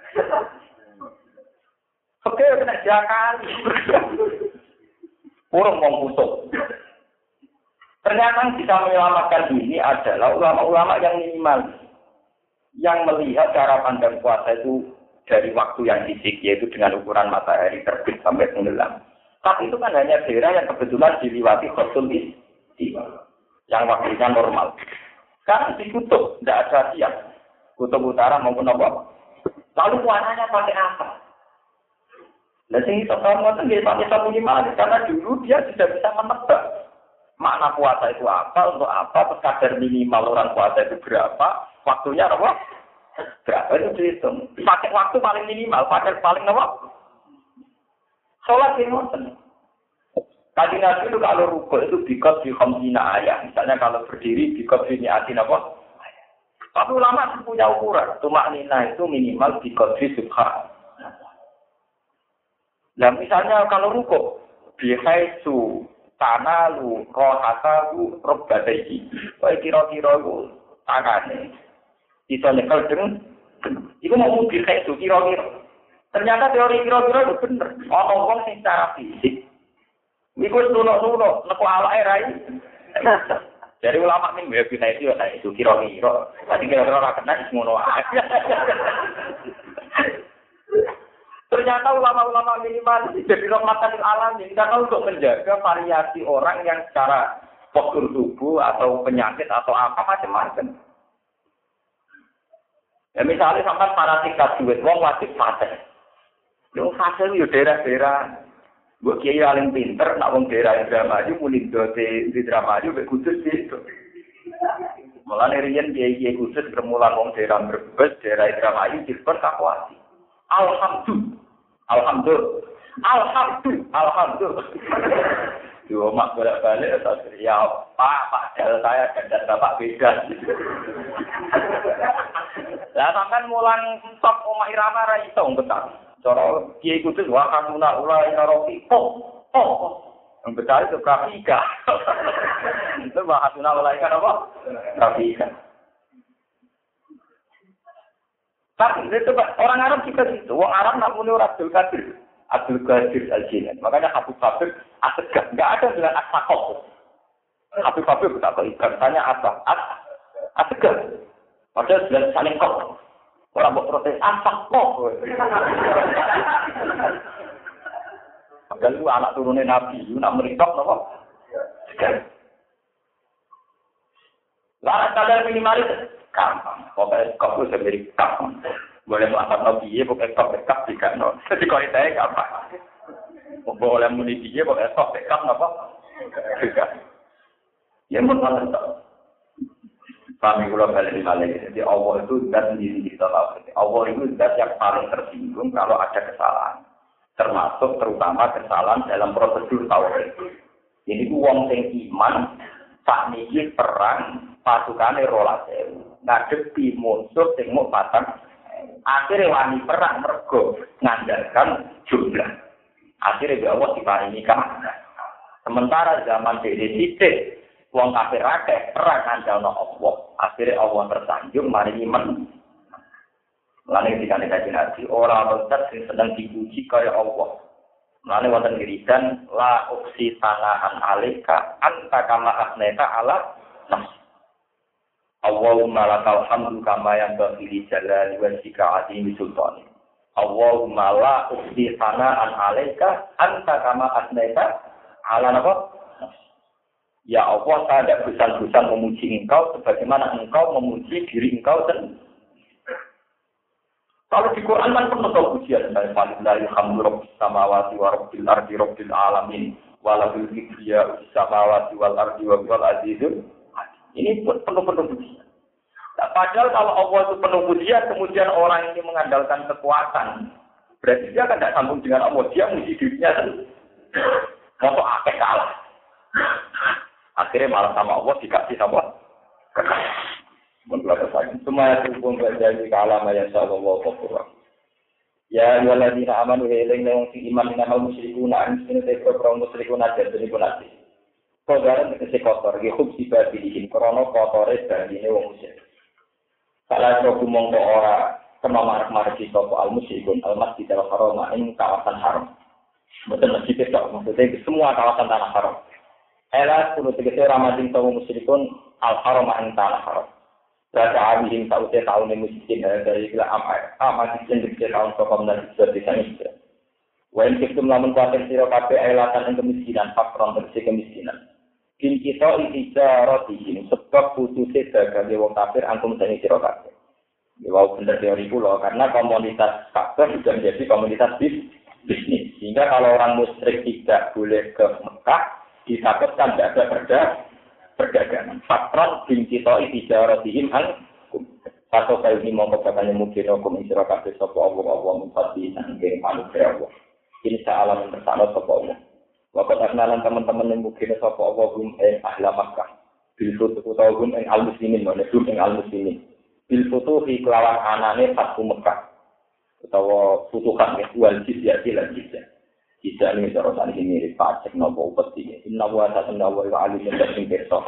Oke, kena jakali. Urung wong kusuk. Ternyata yang bisa menyelamatkan ini adalah ulama-ulama yang minimal. Yang melihat cara pandang puasa itu dari waktu yang fisik, yaitu dengan ukuran matahari terbit sampai tenggelam. Tapi itu kan hanya daerah yang kebetulan diliwati khosul istiwa. Yang waktunya normal. Sekarang di kutub, tidak ada siap. Kutub utara maupun apa. Lalu warnanya pakai apa? Nah, sing iso ngoten nggih pakai sabun minimalis karena dulu dia sudah bisa menebak makna puasa itu apa, untuk apa, terus kadar minimal orang puasa itu berapa, waktunya apa? Berapa itu dihitung. Pakai waktu paling minimal, pakai paling apa? Sholat di ngoten. Tadi Nabi itu kalau rukuk itu bikot di khamsina ayat. Misalnya kalau berdiri bikot di niatin apa? Tapi ulama punya ukuran. Tumak nina itu minimal di kodri subhan. Nah misalnya kalau rukuk, bihaisu, tanalu, rohatalu, robbadaihi. Wah kira-kira itu tangannya. Bisa nyekel dengan, itu mau bihaisu kira-kira. Ternyata teori kira-kira itu benar. Orang-orang yang secara fisik, itu nuno-nuno, neku awake rai. Dari ulama ini ya bisa itu kira-kira. Tadi kira-kira ora kena ngono ae. Ternyata ulama-ulama minimal jadi rahmatan alamin karena untuk menjaga variasi orang yang secara postur tubuh atau penyakit atau apa macam-macam. Ya misalnya sampai para tingkat duit wong wajib fase. Yo fase yo daerah-daerah Gue kiai paling pinter, nak wong daerah Indramayu, muni dote di Indramayu, be khusus gitu. Malah nerian kiai khusus bermulan wong daerah Brebes, daerah Indramayu, Cirebon, Kapuasi. Alhamdulillah. Dua mak bolak-balik, ya Pak, saya dan Bapak beda. Lah sampean mulang top omah irama ra iso betah. Cara kiai kudus wa kanuna ulai narofi. Yang betul itu grafika. Itu bahasuna ulai kan apa? Grafika. Tapi itu orang Arab juga gitu. Orang Arab nak muni Abdul Qadir. Abdul Qadir Al-Jilani. Makanya Habib Habib asegah, enggak ada dengan asakok. Habib Habib tak kok ikan tanya apa? Asegah. Padahal jelas saling kok. Orang mau protes asakok. Padahal itu anak turunnya Nabi, itu nak meritok apa? Lah kadang minimalis gampang. Pokoknya kok itu sendiri gampang. Boleh melakukan Nabi, pokoknya kok dekat juga. Jadi kalau saya gampang. Boleh muni dia, pokoknya kok dekat apa? Juga. Ya menurut saya. Kami ulang kali ini. Jadi Allah itu zat sendiri kita tahu. Allah itu zat yang paling tersinggung kalau ada kesalahan. Termasuk terutama kesalahan dalam prosedur tauhid. Jadi wong sing iman sak niki perang pasukane 12.000. Ngadepi musuh sing mau patang. Akhirnya wani perang mergo ngandalkan jumlah. Akhirnya Allah diparingi kemenangan. Sementara zaman titik wong kafir akeh perang ngandalno Allah. Akhirnya Allah tersanjung maringi men. Lalu ketika kaji Nabi, orang besar yang sedang dipuji kaya Allah. Lalu wonten wiridan la uksi tanaan alika anta kama asneta ala nafsi. Allahumma lakal hamdu kama yanbaghi li jalali wajhika azimi sultani. Allahumma la uksi tanaan alika anta kama asneta ala nafsi. Ya Allah, saya tidak bosan-bosan memuji engkau sebagaimana engkau memuji diri engkau sendiri. Kalau di Quran kan penuh pujian dari Alhamdulillah Rabbis samawati wa rabbil ardi rabbil alamin walahul kibriya samawati wal ardi wal azizul. Ini penuh pujian. Nah, padahal kalau Allah itu penuh pujian, kemudian orang ini mengandalkan kekuatan, berarti dia kan tidak sambung dengan Allah, dia muji dirinya sendiri. Mau akeh kalah. Akhirnya malah sama Allah dikasih sama kekayaan. Semua hukum berjadi kalam ayat sallallahu alaihi wasallam. Ya ayyuhalladzina amanu eling nang sing iman nama musyrikuna an sing program musyrikuna jadi punati. Kodaran tegese kotor ge hub sibadihin krana kotore bandine wong musyrik. Salah satu mongko ora kena marek-marek sapa al musyrikun al masjidil haram ing kawasan haram. Betul masjid itu maksudnya semua kawasan tanah haram. Elas kudu tegese ramadhin sapa musyrikun al haram ing tanah haram. Rasa abihim tautnya tahun yang miskin dari kila amat miskin dari tahun sokong dan seperti sana. Wain kita melamun kuatir siro kafe ailatan yang kemiskinan, fakron tersi kemiskinan. Kin kita ikhija rotihin sebab putusnya dagang wong kafir angkum seni siro kafe. Wow benar teori pulau karena komunitas kafir sudah menjadi komunitas bisnis. Sehingga kalau orang musyrik tidak boleh ke Mekah, ditakutkan tidak ada perdagangan. Fakron bin kita ikhtijaratihim an atau kali ini mongko bakane mungkin hukum isra kabeh sapa Allah mufati nanging panugrah Allah. Insyaallah bersama sapa Allah. Waktu kenalan teman-teman yang mungkin sapa Allah gum ahla Makkah. Bil futuh utawa gum al-muslimin mana gum al-muslimin. Bil futuh kelawan anane Fathu Mekah. Utawa futuhan wal jizyah lan jizyah. Jika ini cara tadi mirip pajak nopo upeti. Inna wa ta'ala wa alim dan berkata